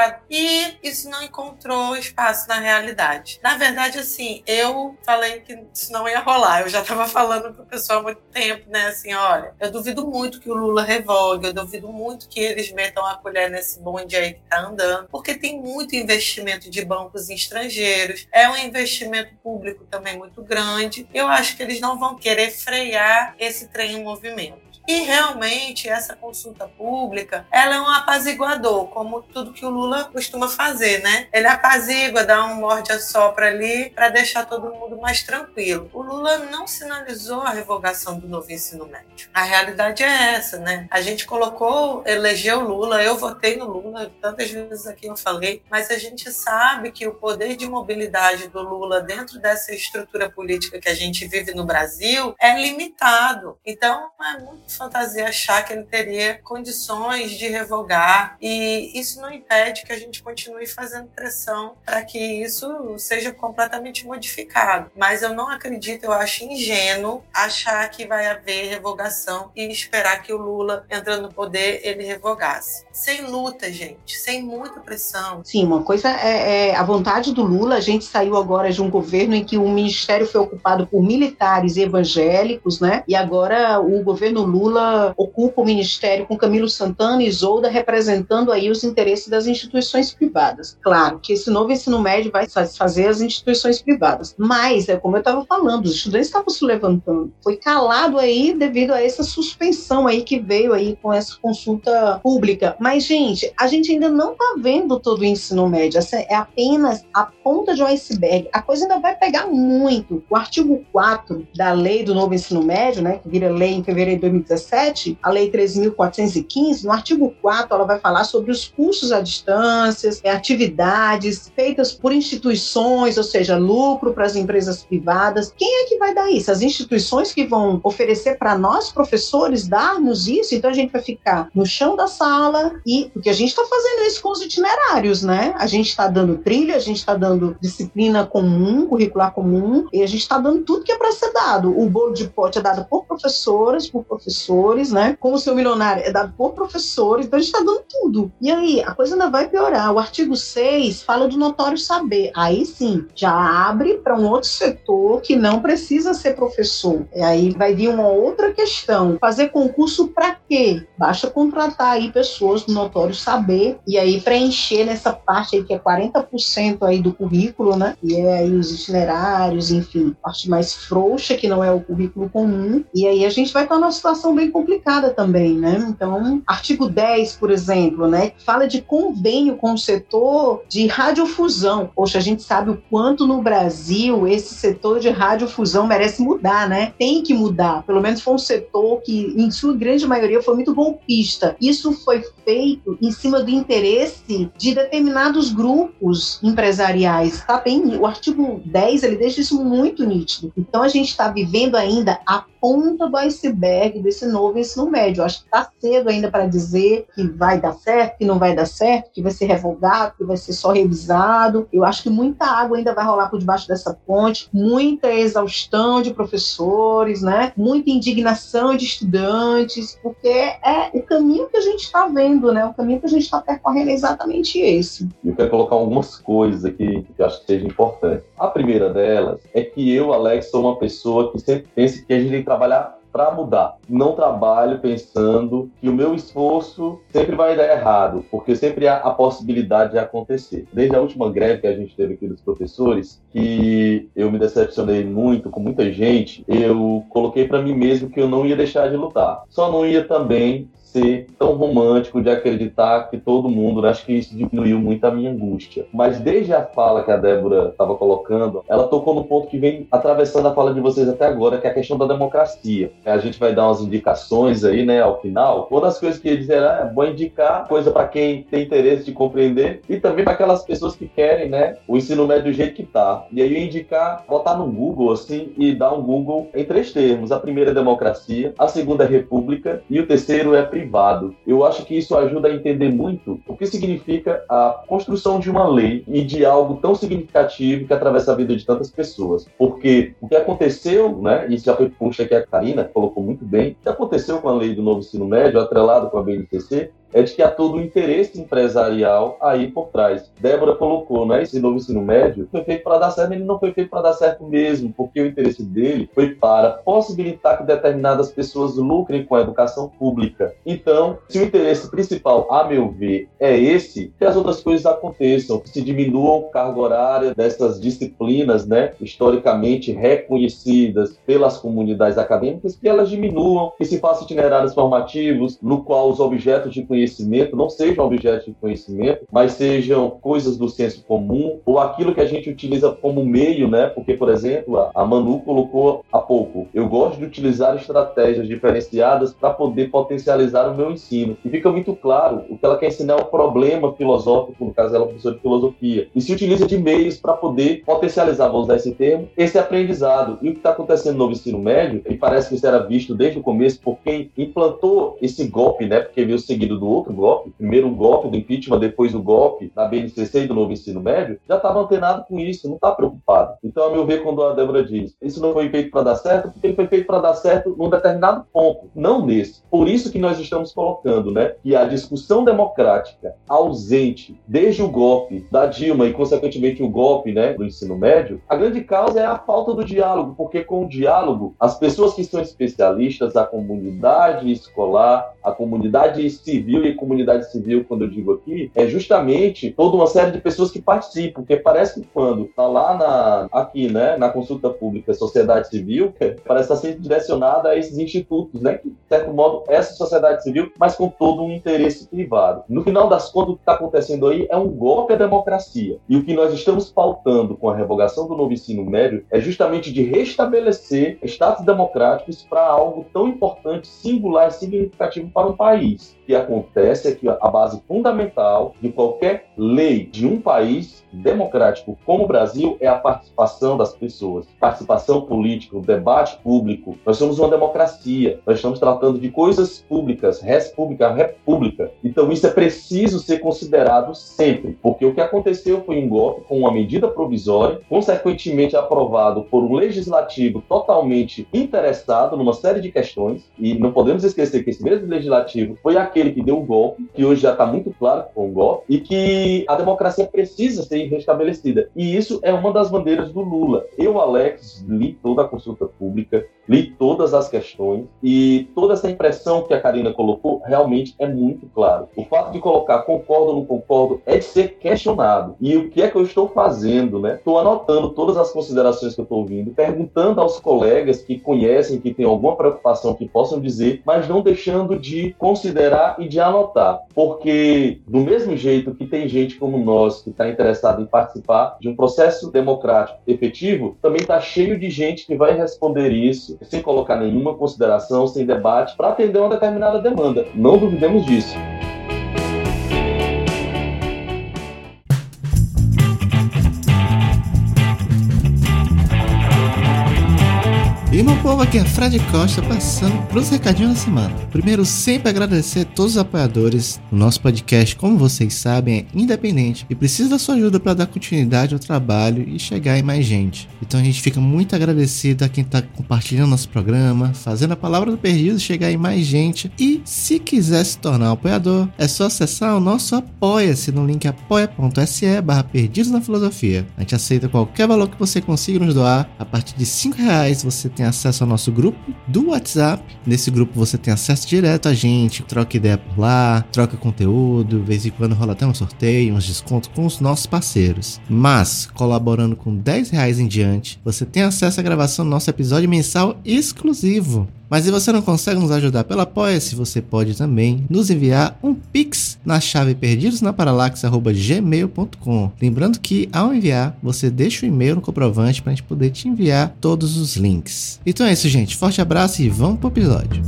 e isso não encontrou espaço na realidade. Na verdade, assim, eu falei que isso não ia rolar. Eu já estava falando para o pessoal há muito tempo, né? Assim, olha, eu duvido muito que o Lula revogue, eu duvido muito que eles metam a colher nesse bonde aí que tá andando, porque tem muito investimento de bancos estrangeiros, é um investimento público também muito grande. Eu acho que eles não vão querer frear esse trem em movimento. E realmente essa consulta pública, ela é um apaziguador, como tudo que o Lula costuma fazer, né? Ele apazigua, dá um morde-a-sopra ali para deixar todo mundo mais tranquilo. O Lula não sinalizou a revogação do novo ensino médio. A realidade é essa, né? A gente colocou, elegeu o Lula, eu votei no Lula, tantas vezes aqui eu falei, mas a gente sabe que o poder de mobilidade do Lula dentro dessa estrutura política que a gente vive no Brasil é limitado. Então, é muito fantasia achar que ele teria condições de revogar, e isso não impede que a gente continue fazendo pressão para que isso seja completamente modificado. Mas eu não acredito, eu acho ingênuo achar que vai haver revogação e esperar que o Lula, entrando no poder, ele revogasse. Sem luta, gente, sem muita pressão. Sim, uma coisa é, é a vontade do Lula. A gente saiu agora de um governo em que o ministério foi ocupado por militares e evangélicos, né? E agora o governo Lula Lula ocupa o ministério com Camilo Santana e Isolda representando aí os interesses das instituições privadas. Claro que esse novo ensino médio vai satisfazer as instituições privadas, mas, é como eu estava falando, os estudantes estavam se levantando. Foi calado aí devido a essa suspensão aí que veio aí com essa consulta pública. Mas, gente, a gente ainda não está vendo todo o ensino médio. Essa é apenas a ponta de um iceberg. A coisa ainda vai pegar muito. O artigo quatro da lei do novo ensino médio, né, que vira lei em fevereiro de dois mil e dezessete, a lei treze mil quatrocentos e quinze, no artigo quatro, ela vai falar sobre os cursos à distância, atividades feitas por instituições, ou seja, lucro para as empresas privadas. Quem é que vai dar isso? As instituições que vão oferecer para nós, professores, darmos isso? Então a gente vai ficar no chão da sala, e porque a gente está fazendo isso com os itinerários, né? A gente está dando trilha, a gente está dando disciplina comum, curricular comum, e a gente está dando tudo que é para ser dado. O bolo de pote é dado por professores, por professores, né? Como o seu milionário é dado por professores, então a gente está dando tudo. E aí, a coisa ainda vai piorar. O artigo seis fala do notório saber. Aí sim, já abre para um outro setor que não precisa ser professor. E aí vai vir uma outra questão. Fazer concurso para quê? Basta contratar aí pessoas do notório saber e aí preencher nessa parte aí que é quarenta por cento aí do currículo, né? E é aí os itinerários, enfim, parte mais frouxa, que não é o currículo comum. E aí a gente vai estar numa situação bem complicada também, né? Então, artigo dez, por exemplo, né? Fala de convênio com o setor de radiofusão. Poxa, a gente sabe o quanto no Brasil esse setor de radiofusão merece mudar, né? Tem que mudar. Pelo menos foi um setor que, em sua grande maioria, foi muito golpista. Isso foi feito em cima do interesse de determinados grupos empresariais, tá bem? O artigo dez, ele deixa isso muito nítido. Então, a gente está vivendo ainda a ponta do iceberg desse novo ensino médio. Eu acho que está cedo ainda para dizer que vai dar certo, que não vai dar certo, que vai ser revogado, que vai ser só revisado. Eu acho que muita água ainda vai rolar por debaixo dessa ponte, muita exaustão de professores, né? Muita indignação de estudantes, porque é o caminho que a gente está vendo, né? O caminho que a gente está percorrendo é exatamente esse. Eu quero colocar algumas coisas aqui que eu acho que seja importante. A primeira delas é que eu, Alex, sou uma pessoa que sempre pensa que a gente tem que trabalhar para mudar. Não trabalho pensando que o meu esforço sempre vai dar errado, porque sempre há a possibilidade de acontecer. Desde a última greve que a gente teve aqui dos professores, que eu me decepcionei muito com muita gente, eu coloquei para mim mesmo que eu não ia deixar de lutar. Só não ia também ser tão romântico de acreditar que todo mundo, né? Acho que isso diminuiu muito a minha angústia. Mas desde a fala que a Débora estava colocando, ela tocou no ponto que vem atravessando a fala de vocês até agora, que é a questão da democracia. A gente vai dar umas indicações aí, né, ao final. Uma das coisas que ele dizer é bom indicar coisa para quem tem interesse de compreender e também para aquelas pessoas que querem, né, o ensino médio do jeito que tá. E aí eu indicar, botar no Google, assim, e dar um Google em três termos. A primeira é democracia, a segunda é república e o terceiro é privado. Eu acho que isso ajuda a entender muito o que significa a construção de uma lei e de algo tão significativo que atravessa a vida de tantas pessoas. Porque o que aconteceu, né, isso já foi puxa que a Karina colocou muito bem, o que aconteceu com a lei do novo ensino médio, atrelado com a B N C C, é de que há todo um interesse empresarial aí por trás. Débora colocou, né, esse novo ensino médio foi feito para dar certo, ele não foi feito para dar certo mesmo, porque o interesse dele foi para possibilitar que determinadas pessoas lucrem com a educação pública. Então, se o interesse principal, a meu ver, é esse, que as outras coisas aconteçam, que se diminua a carga horária dessas disciplinas, né, historicamente reconhecidas pelas comunidades acadêmicas, que elas diminuam, que se façam itinerários formativos, no qual os objetos de conhecimento não sejam objetos de conhecimento, mas sejam coisas do senso comum, ou aquilo que a gente utiliza como meio, né? Porque, por exemplo, a Manu colocou há pouco, eu gosto de utilizar estratégias diferenciadas para poder potencializar o meu ensino. E fica muito claro, o que ela quer ensinar é o problema filosófico, no caso ela é professora de filosofia, e se utiliza de meios para poder potencializar, vou usar esse termo, esse aprendizado. E o que está acontecendo no novo ensino médio, e parece que isso era visto desde o começo por quem implantou esse golpe, né? Porque veio seguido do outro golpe, primeiro o golpe do impeachment, depois o golpe da B N C C e do novo ensino médio, já estava antenado com isso, não está preocupado. Então, a meu ver, quando a Débora diz, isso não foi feito para dar certo, porque ele foi feito para dar certo num determinado ponto, não nesse. Por isso que nós estamos colocando, né, que a discussão democrática ausente desde o golpe da Dilma e, consequentemente, o golpe, né, do ensino médio, a grande causa é a falta do diálogo, porque com o diálogo, as pessoas que são especialistas, a comunidade escolar, a comunidade civil, e comunidade civil, quando eu digo aqui, é justamente toda uma série de pessoas que participam, porque parece que quando está lá na, aqui, né, na consulta pública, sociedade civil, parece estar sendo direcionada a esses institutos, né, que, de certo modo, essa sociedade civil, mas com todo um interesse privado. No final das contas, o que está acontecendo aí é um golpe à democracia. E o que nós estamos pautando com a revogação do novo ensino médio é justamente de restabelecer status democráticos para algo tão importante, singular e significativo para um país. O que acontece é que a base fundamental de qualquer lei de um país democrático como o Brasil é a participação das pessoas. Participação política, o debate público. Nós somos uma democracia. Nós estamos tratando de coisas públicas, res pública, república. Então isso é preciso ser considerado sempre, porque o que aconteceu foi um golpe com uma medida provisória, consequentemente aprovado por um legislativo totalmente interessado numa série de questões, e não podemos esquecer que esse mesmo legislativo foi aquele que deu o golpe, que hoje já está muito claro que foi um golpe, e que a democracia precisa ser restabelecida. E isso é uma das bandeiras do Lula. Eu, Alex, li toda a consulta pública, li todas as questões, e toda essa impressão que a Karina colocou realmente é muito claro. O fato de colocar concordo ou não concordo é de ser questionado. E o que é que eu estou fazendo, né? Estou anotando todas as considerações que eu estou ouvindo, perguntando aos colegas que conhecem, que têm alguma preocupação que possam dizer, mas não deixando de considerar e de anotar. Porque, do mesmo jeito que tem gente como nós que está interessado em participar de um processo democrático efetivo, também está cheio de gente que vai responder isso sem colocar nenhuma consideração, sem debate, para atender uma determinada demanda. Não duvidemos disso. E meu povo, aqui é Fred Costa, passando para os recadinhos da semana. Primeiro, sempre agradecer a todos os apoiadores. O nosso podcast, como vocês sabem, é independente e precisa da sua ajuda para dar continuidade ao trabalho e chegar em mais gente. Então a gente fica muito agradecido a quem está compartilhando nosso programa, fazendo a Palavra do Perdido chegar em mais gente. E se quiser se tornar um apoiador, é só acessar o nosso Apoia-se no link apoia.se barra Perdidos na Filosofia. A gente aceita qualquer valor que você consiga nos doar. A partir de cinco reais você tem acesso ao nosso grupo do WhatsApp. Nesse grupo você tem acesso direto a gente, troca ideia por lá, troca conteúdo, de vez em quando rola até um sorteio, uns descontos com os nossos parceiros. Mas, colaborando com dez reais em diante, você tem acesso à gravação do nosso episódio mensal exclusivo. Mas se você não consegue nos ajudar pelo Apoia-se, você pode também nos enviar um Pix na chave perdidos na paralaxe arroba gmail ponto com. Lembrando que, ao enviar, você deixa o e-mail no comprovante para a gente poder te enviar todos os links. Então é isso, gente. Forte abraço e vamos pro episódio.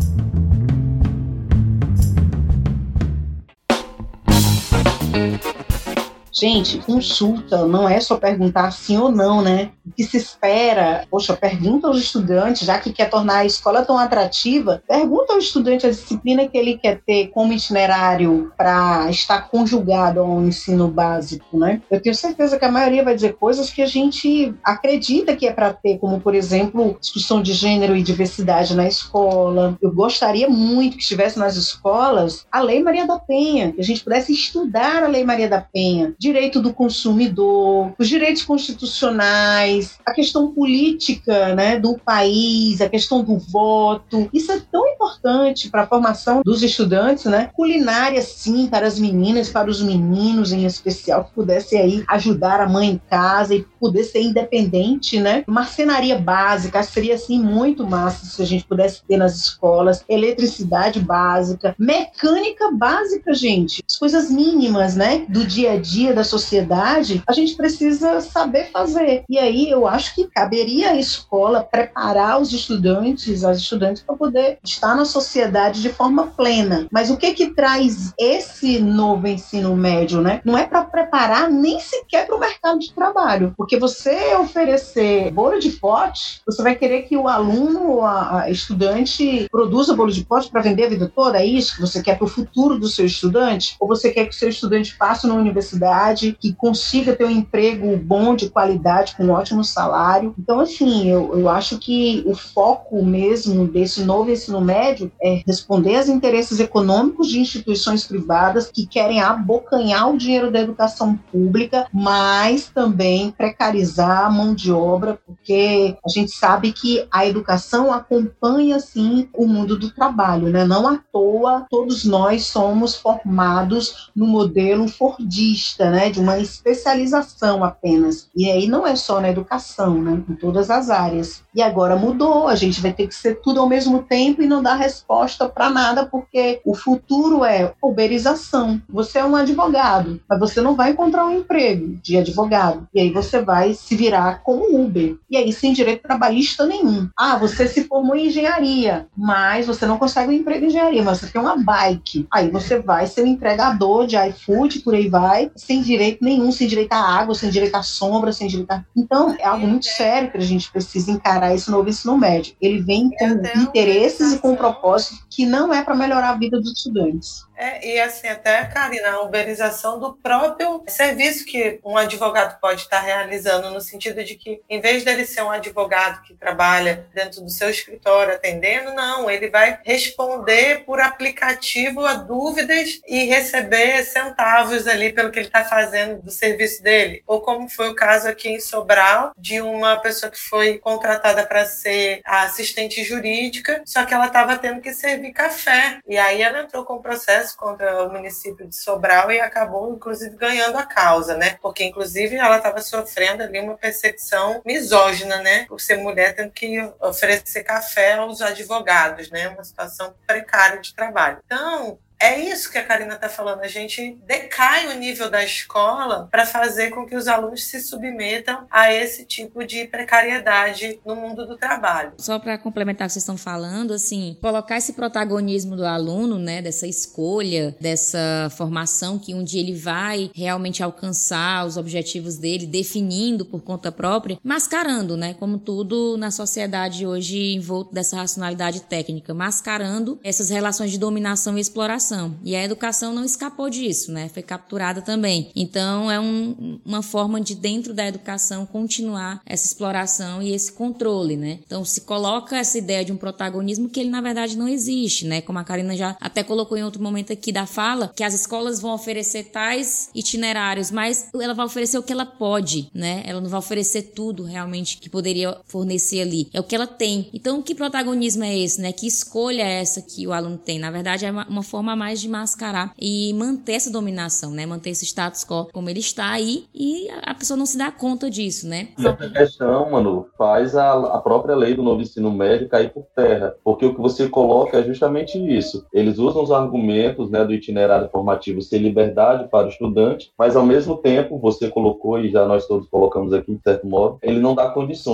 Gente, consulta não é só perguntar sim ou não, né? O que se espera, poxa, pergunta aos estudantes, já que quer tornar a escola tão atrativa, pergunta ao estudante a disciplina que ele quer ter como itinerário para estar conjugado ao ensino básico, né? Eu tenho certeza que a maioria vai dizer coisas que a gente acredita que é para ter, como, por exemplo, discussão de gênero e diversidade na escola. Eu gostaria muito que estivesse nas escolas a Lei Maria da Penha, que a gente pudesse estudar a Lei Maria da Penha, direito do consumidor, os direitos constitucionais, a questão política, né, do país, a questão do voto. Isso é tão importante para a formação dos estudantes, né? Culinária, sim, para as meninas, para os meninos em especial, que pudesse aí ajudar a mãe em casa e poder ser independente, né? Marcenaria básica, seria assim muito massa se a gente pudesse ter nas escolas, eletricidade básica, mecânica básica, gente, as coisas mínimas, né, do dia a dia da sociedade, a gente precisa saber fazer. E aí eu acho que caberia à escola preparar os estudantes, as estudantes para poder estar na sociedade de forma plena. Mas o que que traz esse novo ensino médio, né? Não é para preparar nem sequer para o mercado de trabalho, porque você oferecer bolo de pote, você vai querer que o aluno ou a, a estudante produza bolo de pote para vender a vida toda? É isso que você quer para o futuro do seu estudante? Ou você quer que o seu estudante passe na universidade, que consiga ter um emprego bom, de qualidade, com um ótimo salário? Então, assim, eu, eu acho que o foco mesmo desse novo ensino médio é responder aos interesses econômicos de instituições privadas que querem abocanhar o dinheiro da educação pública, mas também precarizar a mão de obra, porque a gente sabe que a educação acompanha, sim, o mundo do trabalho, né? Não à toa, todos nós somos formados no modelo fordista, né? De uma especialização apenas. E aí não é só na educação, né? Em todas as áreas. E agora mudou, a gente vai ter que ser tudo ao mesmo tempo e não dar resposta para nada, porque o futuro é uberização. Você é um advogado, mas você não vai encontrar um emprego de advogado. E aí você vai se virar como Uber. E aí sem direito trabalhista nenhum. Ah, você se formou em engenharia, mas você não consegue um emprego em engenharia, mas você tem uma bike. Aí você vai ser um entregador de iFood, por aí vai, sem direito nenhum, sem direito à água, sem direito à sombra, sem direito a... Então, é algo muito sério que a gente precisa encarar esse novo ensino médio. Ele vem com interesses e com propósito que não é para melhorar a vida dos estudantes. É, e assim, até, Karina, a uberização do próprio serviço que um advogado pode estar realizando, no sentido de que, em vez dele ser um advogado que trabalha dentro do seu escritório atendendo, não, ele vai responder por aplicativo a dúvidas e receber centavos ali pelo que ele está fazendo do serviço dele. Ou como foi o caso aqui em Sobral, de uma pessoa que foi contratada para ser a assistente jurídica, só que ela estava tendo que servir café. E aí ela entrou com o processo contra o município de Sobral e acabou, inclusive, ganhando a causa, né? Porque, inclusive, ela estava sofrendo ali uma perseguição misógina, né? Por ser mulher, tendo que oferecer café aos advogados, né? Uma situação precária de trabalho. Então, é isso que a Karina está falando, a gente decai o nível da escola para fazer com que os alunos se submetam a esse tipo de precariedade no mundo do trabalho. Só para complementar o que vocês estão falando, assim, colocar esse protagonismo do aluno, né, dessa escolha, dessa formação que um dia ele vai realmente alcançar os objetivos dele, definindo por conta própria, mascarando, né, como tudo na sociedade hoje envolto dessa racionalidade técnica, mascarando essas relações de dominação e exploração. E a educação não escapou disso, né? Foi capturada também. Então, é um, uma forma de, dentro da educação, continuar essa exploração e esse controle, né? Então, se coloca essa ideia de um protagonismo que ele, na verdade, não existe, né? Como a Karina já até colocou em outro momento aqui da fala, que as escolas vão oferecer tais itinerários, mas ela vai oferecer o que ela pode, né? Ela não vai oferecer tudo, realmente, que poderia fornecer ali. É o que ela tem. Então, que protagonismo é esse, né? Que escolha é essa que o aluno tem? Na verdade, é uma, uma forma mais de mascarar e manter essa dominação, né? Manter esse status quo como ele está aí e a pessoa não se dá conta disso, né? E essa questão, Manu, faz a, a própria lei do novo ensino médio cair por terra, porque o que você coloca é justamente isso. Eles usam os argumentos, né, do itinerário formativo ser liberdade para o estudante, mas ao mesmo tempo, você colocou e já nós todos colocamos aqui de certo modo, ele não dá condições.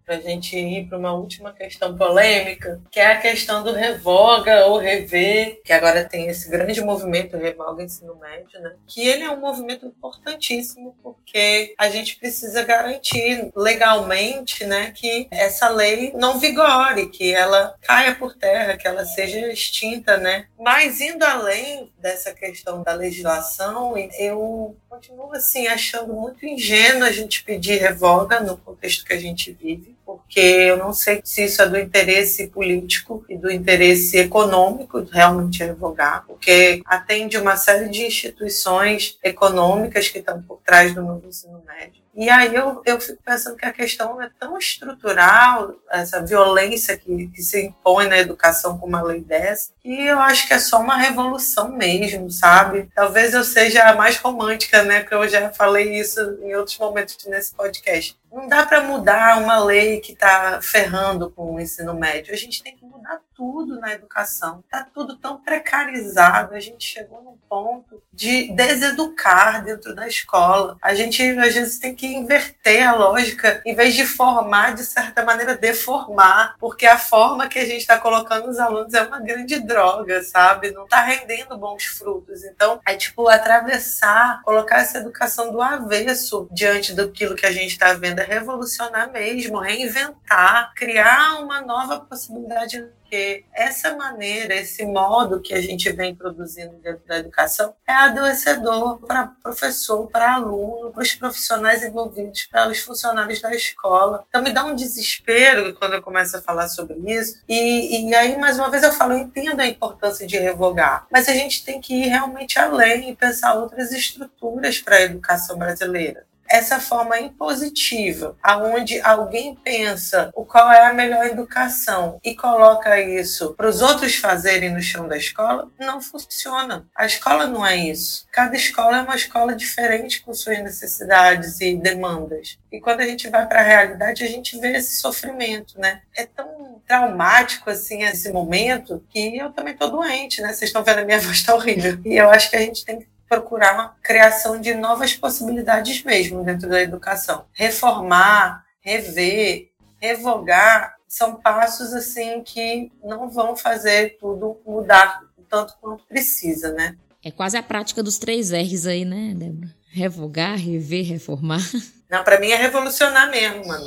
para a gente ir para uma última questão polêmica, que é a questão do revoga ou rever, que agora tem esse grande movimento Revoga Ensino Médio, né? Que ele é um movimento importantíssimo porque a gente precisa garantir legalmente, né, que essa lei não vigore, que ela caia por terra, que ela seja extinta, né? Mas indo além dessa questão da legislação, eu continuo assim achando muito ingênuo a gente pedir revoga no contexto que a gente vive, porque eu não sei se isso é do interesse político e do interesse econômico realmente revogar, porque atende uma série de instituições econômicas que estão por trás do novo ensino médio. E aí eu, eu fico pensando que a questão é tão estrutural, essa violência que, que se impõe na educação com uma lei dessa, que eu acho que é só uma revolução mesmo, sabe? Talvez eu seja a mais romântica, né? Porque eu já falei isso em outros momentos nesse podcast. Não dá para mudar uma lei que está ferrando com o ensino médio. A gente tem que mudar tudo na educação. Está tudo tão precarizado. A gente chegou num ponto de deseducar dentro da escola. A gente, às vezes, tem que inverter a lógica. Em vez de formar, de certa maneira, deformar. Porque a forma que a gente está colocando os alunos é uma grande droga, sabe? Não está rendendo bons frutos. Então, é tipo atravessar, colocar essa educação do avesso diante daquilo que a gente está vendo. É revolucionar mesmo, reinventar, criar uma nova possibilidade, porque essa maneira, esse modo que a gente vem produzindo dentro da educação é adoecedor para professor, para aluno, para os profissionais envolvidos, para os funcionários da escola. Então me dá um desespero quando eu começo a falar sobre isso. E, e aí, mais uma vez, eu falo, eu entendo a importância de revogar, mas a gente tem que ir realmente além e pensar outras estruturas para a educação brasileira. Essa forma impositiva, aonde alguém pensa o qual é a melhor educação e coloca isso para os outros fazerem no chão da escola, não funciona. A escola não é isso. Cada escola é uma escola diferente com suas necessidades e demandas. E quando a gente vai para a realidade, a gente vê esse sofrimento, né? É tão traumático assim esse momento que eu também estou doente, né? Vocês estão vendo a minha voz tá horrível. E eu acho que a gente tem que procurar uma criação de novas possibilidades mesmo dentro da educação. Reformar, rever, revogar são passos assim que não vão fazer tudo mudar tanto quanto precisa, né? É quase a prática dos três R's aí, né, Débora? Revogar, rever, reformar. Não, pra mim é revolucionar mesmo, mano.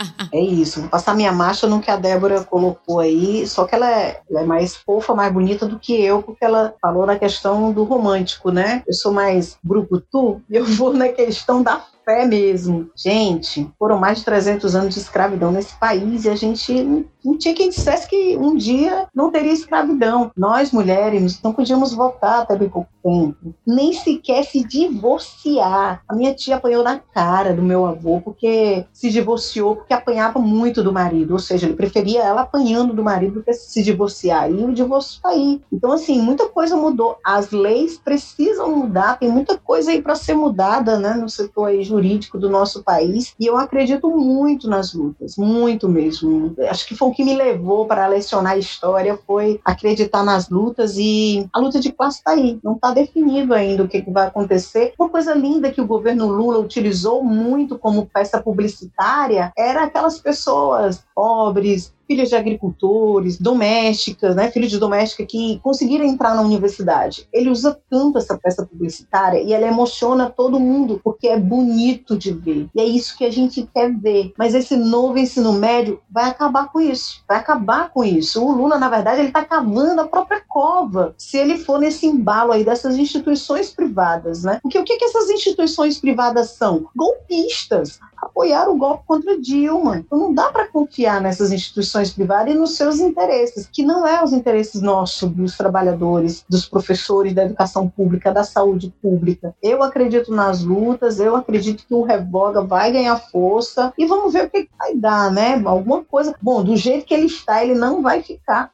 É isso, vou passar minha marcha no que a Débora colocou aí, só que ela é, ela é mais fofa, mais bonita do que eu, porque ela falou na questão do romântico, né? Eu sou mais brucutu e eu vou na questão da fé mesmo. Gente, foram mais de trezentos anos de escravidão nesse país e a gente não, não tinha quem dissesse que um dia não teria escravidão. Nós, mulheres, não podíamos votar até bem pouco tempo, nem sequer se divorciar. A minha tia apanhou na cara do meu avô porque se divorciou, porque apanhava muito do marido, ou seja, ele preferia ela apanhando do marido do que se divorciar, e o divórcio tá aí. Então, assim, muita coisa mudou. As leis precisam mudar, tem muita coisa aí para ser mudada, né, no setor aí jurídico do nosso país, e eu acredito muito nas lutas, muito mesmo. Acho que foi o que me levou para lecionar história, foi acreditar nas lutas, e a luta de classe tá aí, não tá definido ainda o que, que vai acontecer. Uma coisa linda que o governo Lula utilizou muito como peça publicitária era aquelas pessoas pobres, filhas de agricultores, domésticas, né, filhos de doméstica que conseguiram entrar na universidade. Ele usa tanto essa peça publicitária e ela emociona todo mundo, porque é bonito de ver. E é isso que a gente quer ver. Mas esse novo ensino médio vai acabar com isso. Vai acabar com isso. O Lula, na verdade, ele está cavando a própria cova, se ele for nesse embalo aí dessas instituições privadas, né? Porque o que, que essas instituições privadas são? Golpistas. Apoiaram o golpe contra Dilma. Então não dá para confiar nessas instituições privadas e nos seus interesses, que não é os interesses nossos, dos trabalhadores, dos professores, da educação pública, da saúde pública. Eu acredito nas lutas, eu acredito que o Revoga vai ganhar força e vamos ver o que vai dar, né? Alguma coisa. Bom, do jeito que ele está, ele não vai ficar.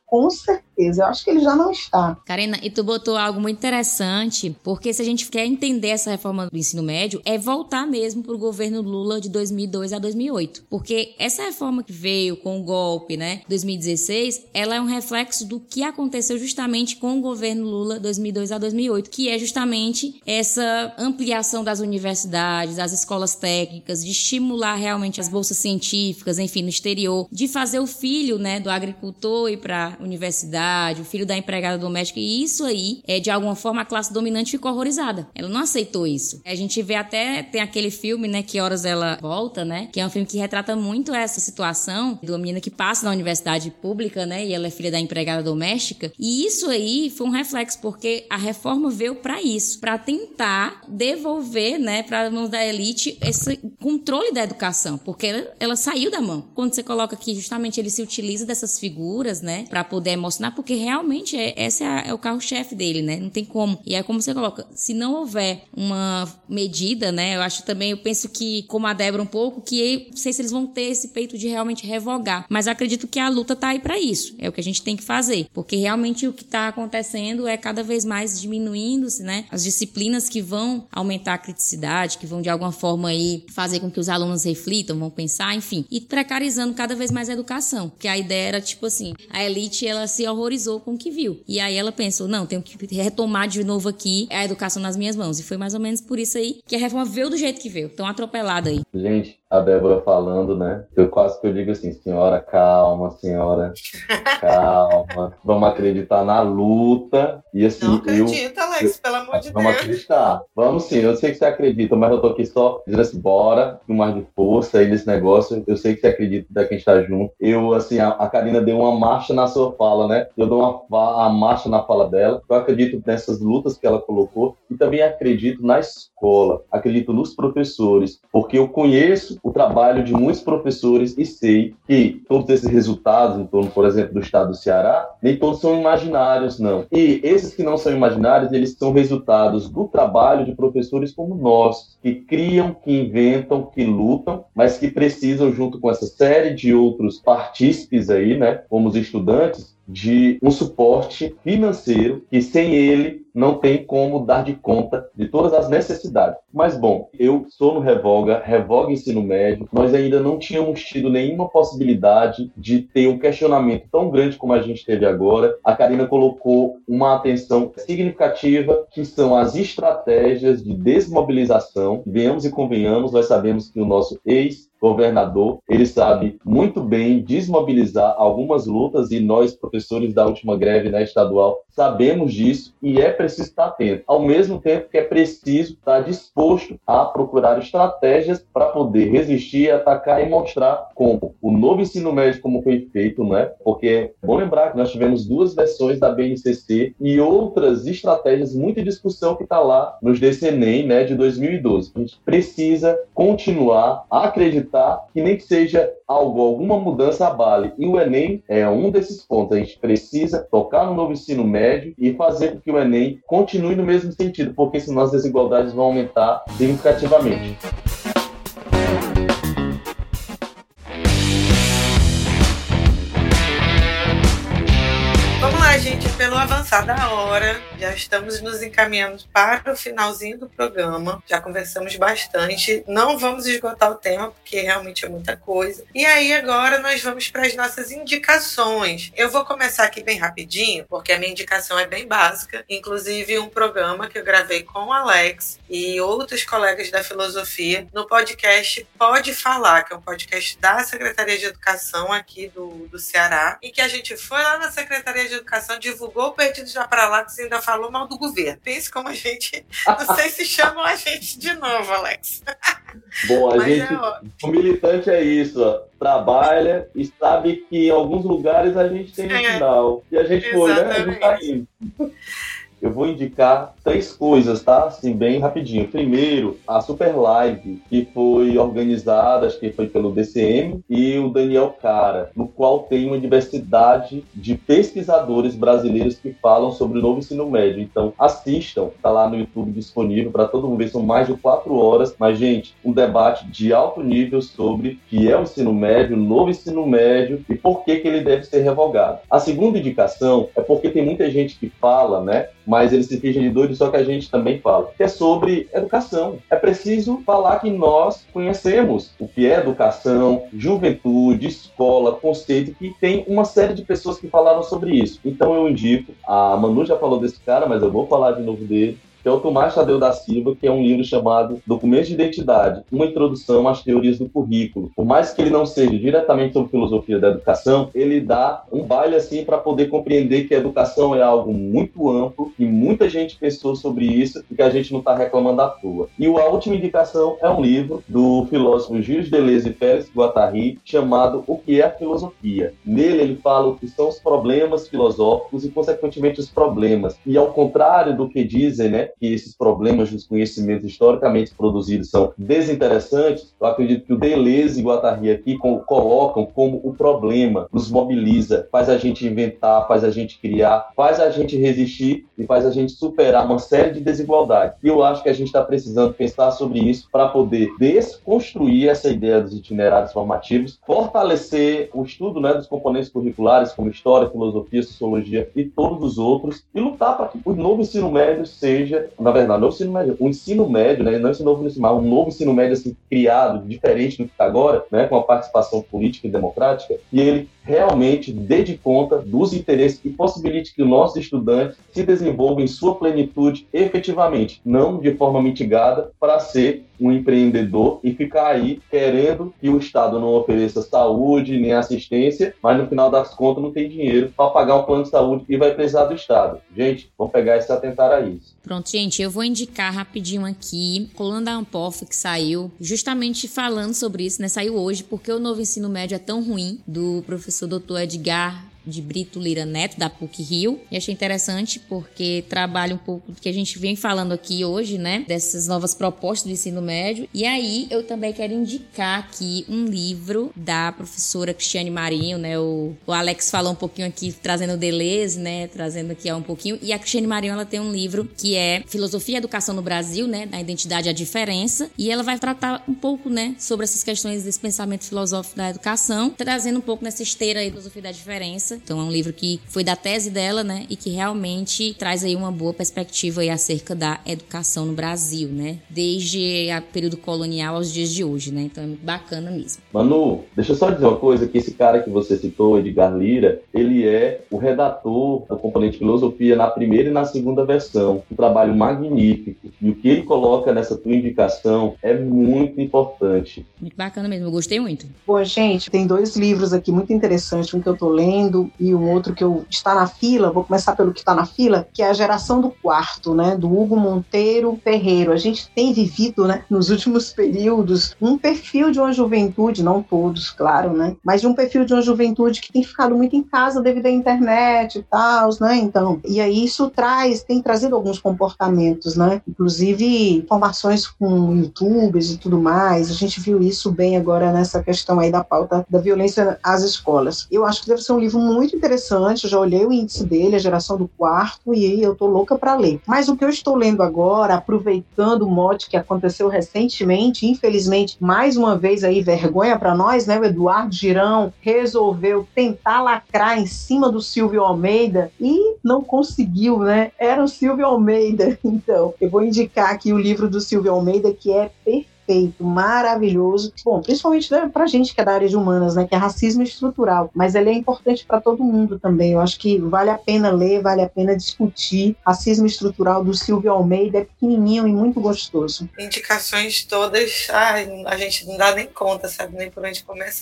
Com certeza, eu acho que ele já não está. Karina, e tu botou algo muito interessante, porque se a gente quer entender essa reforma do ensino médio, é voltar mesmo pro governo Lula de dois mil e dois a dois mil e oito. Porque essa reforma que veio com o golpe, né, dois mil e dezesseis, ela é um reflexo do que aconteceu justamente com o governo Lula dois mil e dois a dois mil e oito, que é justamente essa ampliação das universidades, das escolas técnicas, de estimular realmente as bolsas científicas, enfim, no exterior, de fazer o filho, né, do agricultor ir para universidade, o filho da empregada doméstica, e isso aí, é, de alguma forma, a classe dominante ficou horrorizada. Ela não aceitou isso. A gente vê até, tem aquele filme, né, Que Horas Ela Volta, né, que é um filme que retrata muito essa situação de uma menina que passa na universidade pública, né, e ela é filha da empregada doméstica, e isso aí foi um reflexo, porque a reforma veio para isso, para tentar devolver, né, para mãos da elite esse controle da educação, porque ela, ela saiu da mão. Quando você coloca que justamente ele se utiliza dessas figuras, né, para poder emocionar, porque realmente é, esse é, é o carro-chefe dele, né, não tem como. E aí, como você coloca, se não houver uma medida, né, eu acho também, eu penso que, como a Débora um pouco, que não sei se eles vão ter esse peito de realmente revogar, mas acredito que a luta tá aí para isso, é o que a gente tem que fazer, porque realmente o que tá acontecendo é cada vez mais diminuindo-se, né, as disciplinas que vão aumentar a criticidade, que vão de alguma forma aí fazer com que os alunos reflitam, vão pensar, enfim, e precarizando cada vez mais a educação, porque a ideia era tipo assim, a elite ela se horrorizou com o que viu, e aí ela pensou, não, tenho que retomar de novo aqui a educação nas minhas mãos, e foi mais ou menos por isso aí que a reforma veio do jeito que veio, tão atropelada aí. Gente, a Débora falando, né, eu quase que eu digo assim, senhora, calma, senhora, calma, vamos acreditar na luta, e assim, não acredita, eu, Alex, eu, pelo amor de vamos Deus. acreditar, vamos sim, eu sei que você acredita, mas eu tô aqui só dizendo assim, bora, com mais de força aí nesse negócio, eu sei que você acredita da quem está junto, eu, assim, a, a Karina deu uma marcha na sua fala, né, eu dou uma a marcha na fala dela, eu acredito nessas lutas que ela colocou, e também acredito na escola, acredito nos professores, porque eu conheço o trabalho de muitos professores e sei que todos esses resultados em torno, por exemplo, do estado do Ceará, nem todos são imaginários, não. E esses que não são imaginários, eles são resultados do trabalho de professores como nós, que criam, que inventam, que lutam, mas que precisam, junto com essa série de outros partícipes aí, né, como os estudantes, de um suporte financeiro que sem ele não tem como dar de conta de todas as necessidades. Mas, bom, eu sou no Revoga, Revoga Ensino Médio, nós ainda não tínhamos tido nenhuma possibilidade de ter um questionamento tão grande como a gente teve agora. A Karina colocou uma atenção significativa, que são as estratégias de desmobilização. Venhamos e convenhamos, nós sabemos que o nosso ex-governador, ele sabe muito bem desmobilizar algumas lutas, e nós, professores da última greve, né, estadual, sabemos disso, e é preciso estar atento. Ao mesmo tempo que é preciso estar disposto a procurar estratégias para poder resistir, atacar e mostrar como o novo ensino médio, como foi feito, né? Porque é bom lembrar que nós tivemos duas versões da B N C C e outras estratégias, muita discussão que está lá nos D C N E M, né, de dois mil e doze. A gente precisa continuar a acreditar que nem que seja algo, alguma mudança abale. E o Enem é um desses pontos. A gente precisa tocar no novo ensino médio e fazer com que o Enem continue no mesmo sentido, porque senão as desigualdades vão aumentar significativamente. Vamos lá, gente, pelo avançar da hora, já estamos nos encaminhando para o finalzinho do programa, já conversamos bastante, não vamos esgotar o tema, porque realmente é muita coisa. E aí agora nós vamos para as nossas indicações. Eu vou começar aqui bem rapidinho, porque a minha indicação é bem básica, inclusive um programa que eu gravei com o Alex e outros colegas da filosofia no podcast Pode Falar, que é um podcast da Secretaria de Educação aqui do, do Ceará, e que a gente foi lá na Secretaria de Educação, divulgou o Perdidos da Paralaxe e ainda falou mal do governo. Pense como a gente... Não sei se chamam a gente de novo, Alex. Bom, a Mas gente... É, o militante é isso, ó. Trabalha e sabe que em alguns lugares a gente tem no é, final. E a gente foi, né? A gente tá exatamente. indo. eu vou indicar três coisas, tá? Assim, bem rapidinho. Primeiro, a Super Live, que foi organizada, acho que foi pelo D C M e o Daniel Cara, no qual tem uma diversidade de pesquisadores brasileiros que falam sobre o novo ensino médio. Então, assistam, tá lá no YouTube disponível para todo mundo ver, são mais de quatro horas, mas, gente, um debate de alto nível sobre o que é o ensino médio, o novo ensino médio e por que que ele deve ser revogado. A segunda indicação é porque tem muita gente que fala, né, mas eles se fingem de doidos, só que a gente também fala, que é sobre educação. É preciso falar que nós conhecemos o que é educação, juventude, escola, conceito, que tem uma série de pessoas que falaram sobre isso. Então eu indico, a Manu já falou desse cara, mas eu vou falar de novo dele, que é o Tomás Tadeu da Silva, que é um livro chamado Documentos de Identidade, uma introdução às teorias do currículo. Por mais que ele não seja diretamente sobre filosofia da educação, ele dá um baile assim para poder compreender que a educação é algo muito amplo e muita gente pensou sobre isso e que a gente não está reclamando à toa. E a última indicação é um livro do filósofo Gilles Deleuze e Félix Guattari, chamado O que é a Filosofia. Nele ele fala o que são os problemas filosóficos e, consequentemente, os problemas. E ao contrário do que dizem, né, que esses problemas dos conhecimentos historicamente produzidos são desinteressantes, eu acredito que o Deleuze e o Guattari aqui colocam como o problema, nos mobiliza, faz a gente inventar, faz a gente criar, faz a gente resistir e faz a gente superar uma série de desigualdades. E eu acho que a gente está precisando pensar sobre isso para poder desconstruir essa ideia dos itinerários formativos, fortalecer o estudo, né, dos componentes curriculares como história, filosofia, sociologia e todos os outros e lutar para que o novo ensino médio seja, na verdade, novo ensino médio, o ensino médio, né, não esse novo ensino, mas um novo ensino médio assim, criado, diferente do que está agora, né, com a participação política e democrática, e ele realmente dê de conta dos interesses e possibilite que os nossos estudantes se desenvolvam em sua plenitude efetivamente, não de forma mitigada para ser um empreendedor e ficar aí querendo que o Estado não ofereça saúde nem assistência, mas no final das contas não tem dinheiro para pagar um plano de saúde e vai precisar do Estado. Gente, vamos pegar e se atentar a isso. Pronto, gente, eu vou indicar rapidinho aqui, coluna da Ampof, que saiu justamente falando sobre isso, né? Saiu hoje, porque o novo ensino médio é tão ruim, do professor doutor Edgar de Brito Lira Neto, da P U C Rio, e achei interessante porque trabalha um pouco do que a gente vem falando aqui hoje, né, dessas novas propostas do ensino médio. E aí eu também quero indicar aqui um livro da professora Cristiane Marinho, né, o, o Alex falou um pouquinho aqui, trazendo o Deleuze, né, trazendo aqui um pouquinho, e a Cristiane Marinho, ela tem um livro que é Filosofia e Educação no Brasil, né, da identidade e a diferença, e ela vai tratar um pouco, né, sobre essas questões desse pensamento filosófico da educação, trazendo um pouco nessa esteira aí, Filosofia da Diferença. Então é um livro que foi da tese dela, né, e que realmente traz aí uma boa perspectiva aí acerca da educação no Brasil, né, desde o período colonial aos dias de hoje, né, então é muito bacana mesmo. Manu, deixa eu só dizer uma coisa, que esse cara que você citou, Edgar Lira, ele é o redator do componente filosofia na primeira e na segunda versão, um trabalho magnífico, e o que ele coloca nessa tua indicação é muito importante. Muito bacana mesmo, eu gostei muito. Pô, gente, tem dois livros aqui muito interessantes, um que eu tô lendo e o outro que eu, está na fila, vou começar pelo que está na fila, que é A Geração do Quarto, né, do Hugo Monteiro Ferreiro. A gente tem vivido, né, nos últimos períodos, um perfil de uma juventude, não todos, claro, né, mas de um perfil de uma juventude que tem ficado muito em casa devido à internet e tal, né, então, e aí isso traz, tem trazido alguns comportamentos, né, inclusive informações com youtubers e tudo mais. A gente viu isso bem agora nessa questão aí da pauta da violência às escolas. Eu acho que deve ser um livro muito interessante, eu já olhei o índice dele, A Geração do Quarto, e eu tô louca para ler. Mas o que eu estou lendo agora, aproveitando o mote que aconteceu recentemente, infelizmente, mais uma vez aí, vergonha para nós, né, o Eduardo Girão resolveu tentar lacrar em cima do Silvio Almeida e não conseguiu, né, era o Silvio Almeida. Então, eu vou indicar aqui o livro do Silvio Almeida, que é perfeito. Feito, maravilhoso. Bom, principalmente pra gente que é da área de humanas, né, que é racismo estrutural, mas ele é importante para todo mundo também. Eu acho que vale a pena ler, vale a pena discutir. Racismo Estrutural, do Silvio Almeida, é pequenininho e muito gostoso. Indicações todas, ai, a gente não dá nem conta, sabe, nem por onde começar, porque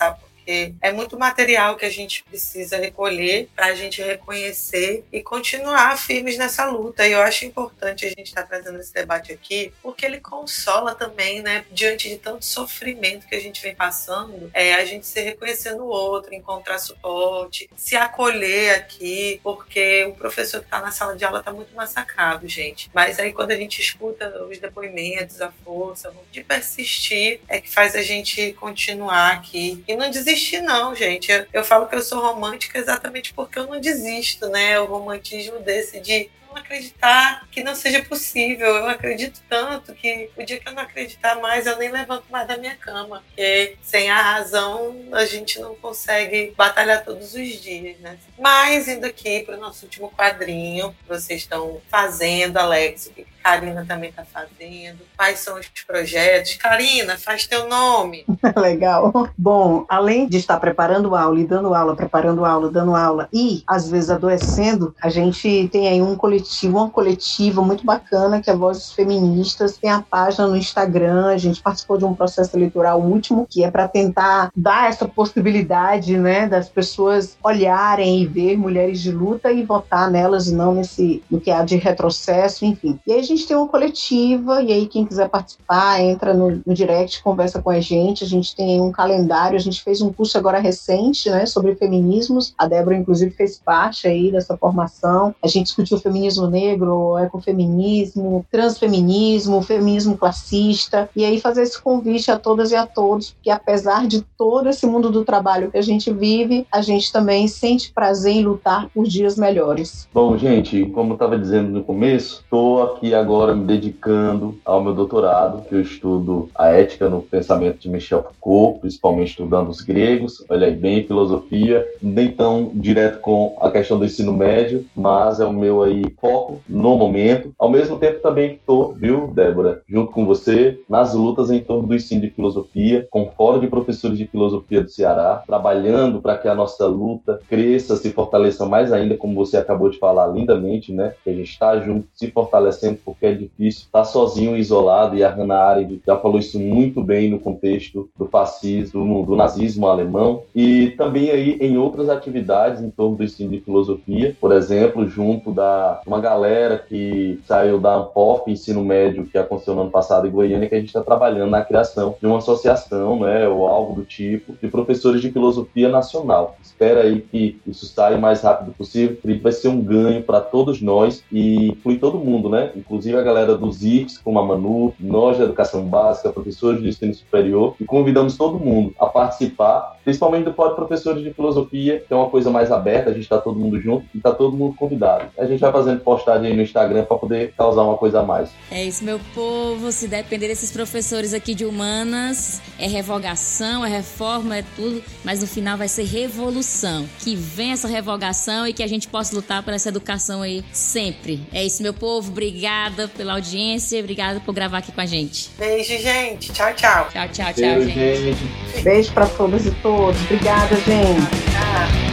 porque é muito material que a gente precisa recolher para a gente reconhecer e continuar firmes nessa luta. E eu acho importante a gente estar trazendo esse debate aqui, porque ele consola também, né, diante de tanto sofrimento que a gente vem passando, é, a gente se reconhecer no outro, encontrar suporte, se acolher aqui, porque o professor que está na sala de aula está muito massacrado, gente. Mas aí quando a gente escuta os depoimentos, a força de persistir, é que faz a gente continuar aqui. E não desistir não, gente. Eu, eu falo que eu sou romântica exatamente porque eu não desisto, né? O romantismo desse de não acreditar que não seja possível. Eu acredito tanto que o dia que eu não acreditar mais, eu nem levanto mais da minha cama. Porque sem a razão, a gente não consegue batalhar todos os dias, né? Mas, indo aqui para o nosso último quadrinho, vocês estão fazendo, Alex, o que a Karina também está fazendo, quais são os projetos. Karina, faz teu nome. Legal. Bom, além de estar preparando aula e dando aula, preparando aula, dando aula e, às vezes, adoecendo, a gente tem aí um coletivo uma coletiva muito bacana, que é Vozes Feministas, tem a página no Instagram, a gente participou de um processo eleitoral último, que é para tentar dar essa possibilidade, né, das pessoas olharem e ver mulheres de luta e votar nelas, e não nesse, no que há de retrocesso, enfim. E aí a gente tem uma coletiva, e aí quem quiser participar, entra no, no direct, conversa com a gente, a gente tem um calendário, a gente fez um curso agora recente, né, sobre feminismos, a Débora, inclusive, fez parte aí dessa formação, a gente discutiu o feminismo negro, ecofeminismo, transfeminismo, feminismo classista, e aí fazer esse convite a todas e a todos, porque apesar de todo esse mundo do trabalho que a gente vive, a gente também sente prazer em lutar por dias melhores. Bom, gente, como eu estava dizendo no começo, estou aqui agora me dedicando ao meu doutorado, que eu estudo a ética no pensamento de Michel Foucault, principalmente estudando os gregos, olha aí, bem filosofia, nem tão direto com a questão do ensino médio, mas é o meu aí foco no momento. Ao mesmo tempo também estou, viu, Débora, junto com você, nas lutas em torno do ensino de filosofia, com o Fórum de Professores de Filosofia do Ceará, trabalhando para que a nossa luta cresça, se fortaleça mais ainda, como você acabou de falar lindamente, né? Que a gente está junto, se fortalecendo, porque é difícil estar sozinho, isolado, e a Hannah Arendt já falou isso muito bem no contexto do fascismo, do nazismo alemão, e também aí em outras atividades em torno do ensino de filosofia, por exemplo, junto da uma galera que saiu da ANPOF, ensino médio, que aconteceu no ano passado em Goiânia, que a gente está trabalhando na criação de uma associação, né, ou algo do tipo, de professores de filosofia nacional. Espera aí que isso saia o mais rápido possível, porque vai ser um ganho para todos nós e inclui todo mundo, né? Inclusive a galera dos I F S, como a Manu, nós da Educação Básica, professores de ensino superior, e convidamos todo mundo a participar, principalmente do Fórum de Professores de Filosofia, que é uma coisa mais aberta, a gente está todo mundo junto e está todo mundo convidado. A gente vai fazendo postagem aí no Instagram para poder causar uma coisa a mais. É isso, meu povo. Se depender desses professores aqui de humanas, é revogação, é reforma, é tudo, mas no final vai ser revolução. Que venha essa revogação e que a gente possa lutar por essa educação aí sempre. É isso, meu povo. Obrigada pela audiência, obrigada por gravar aqui com a gente. Beijo, gente. Tchau, tchau. Tchau, tchau, tchau, Beijo, gente. gente. Beijo para todas e todos. Obrigada, gente. Tchau.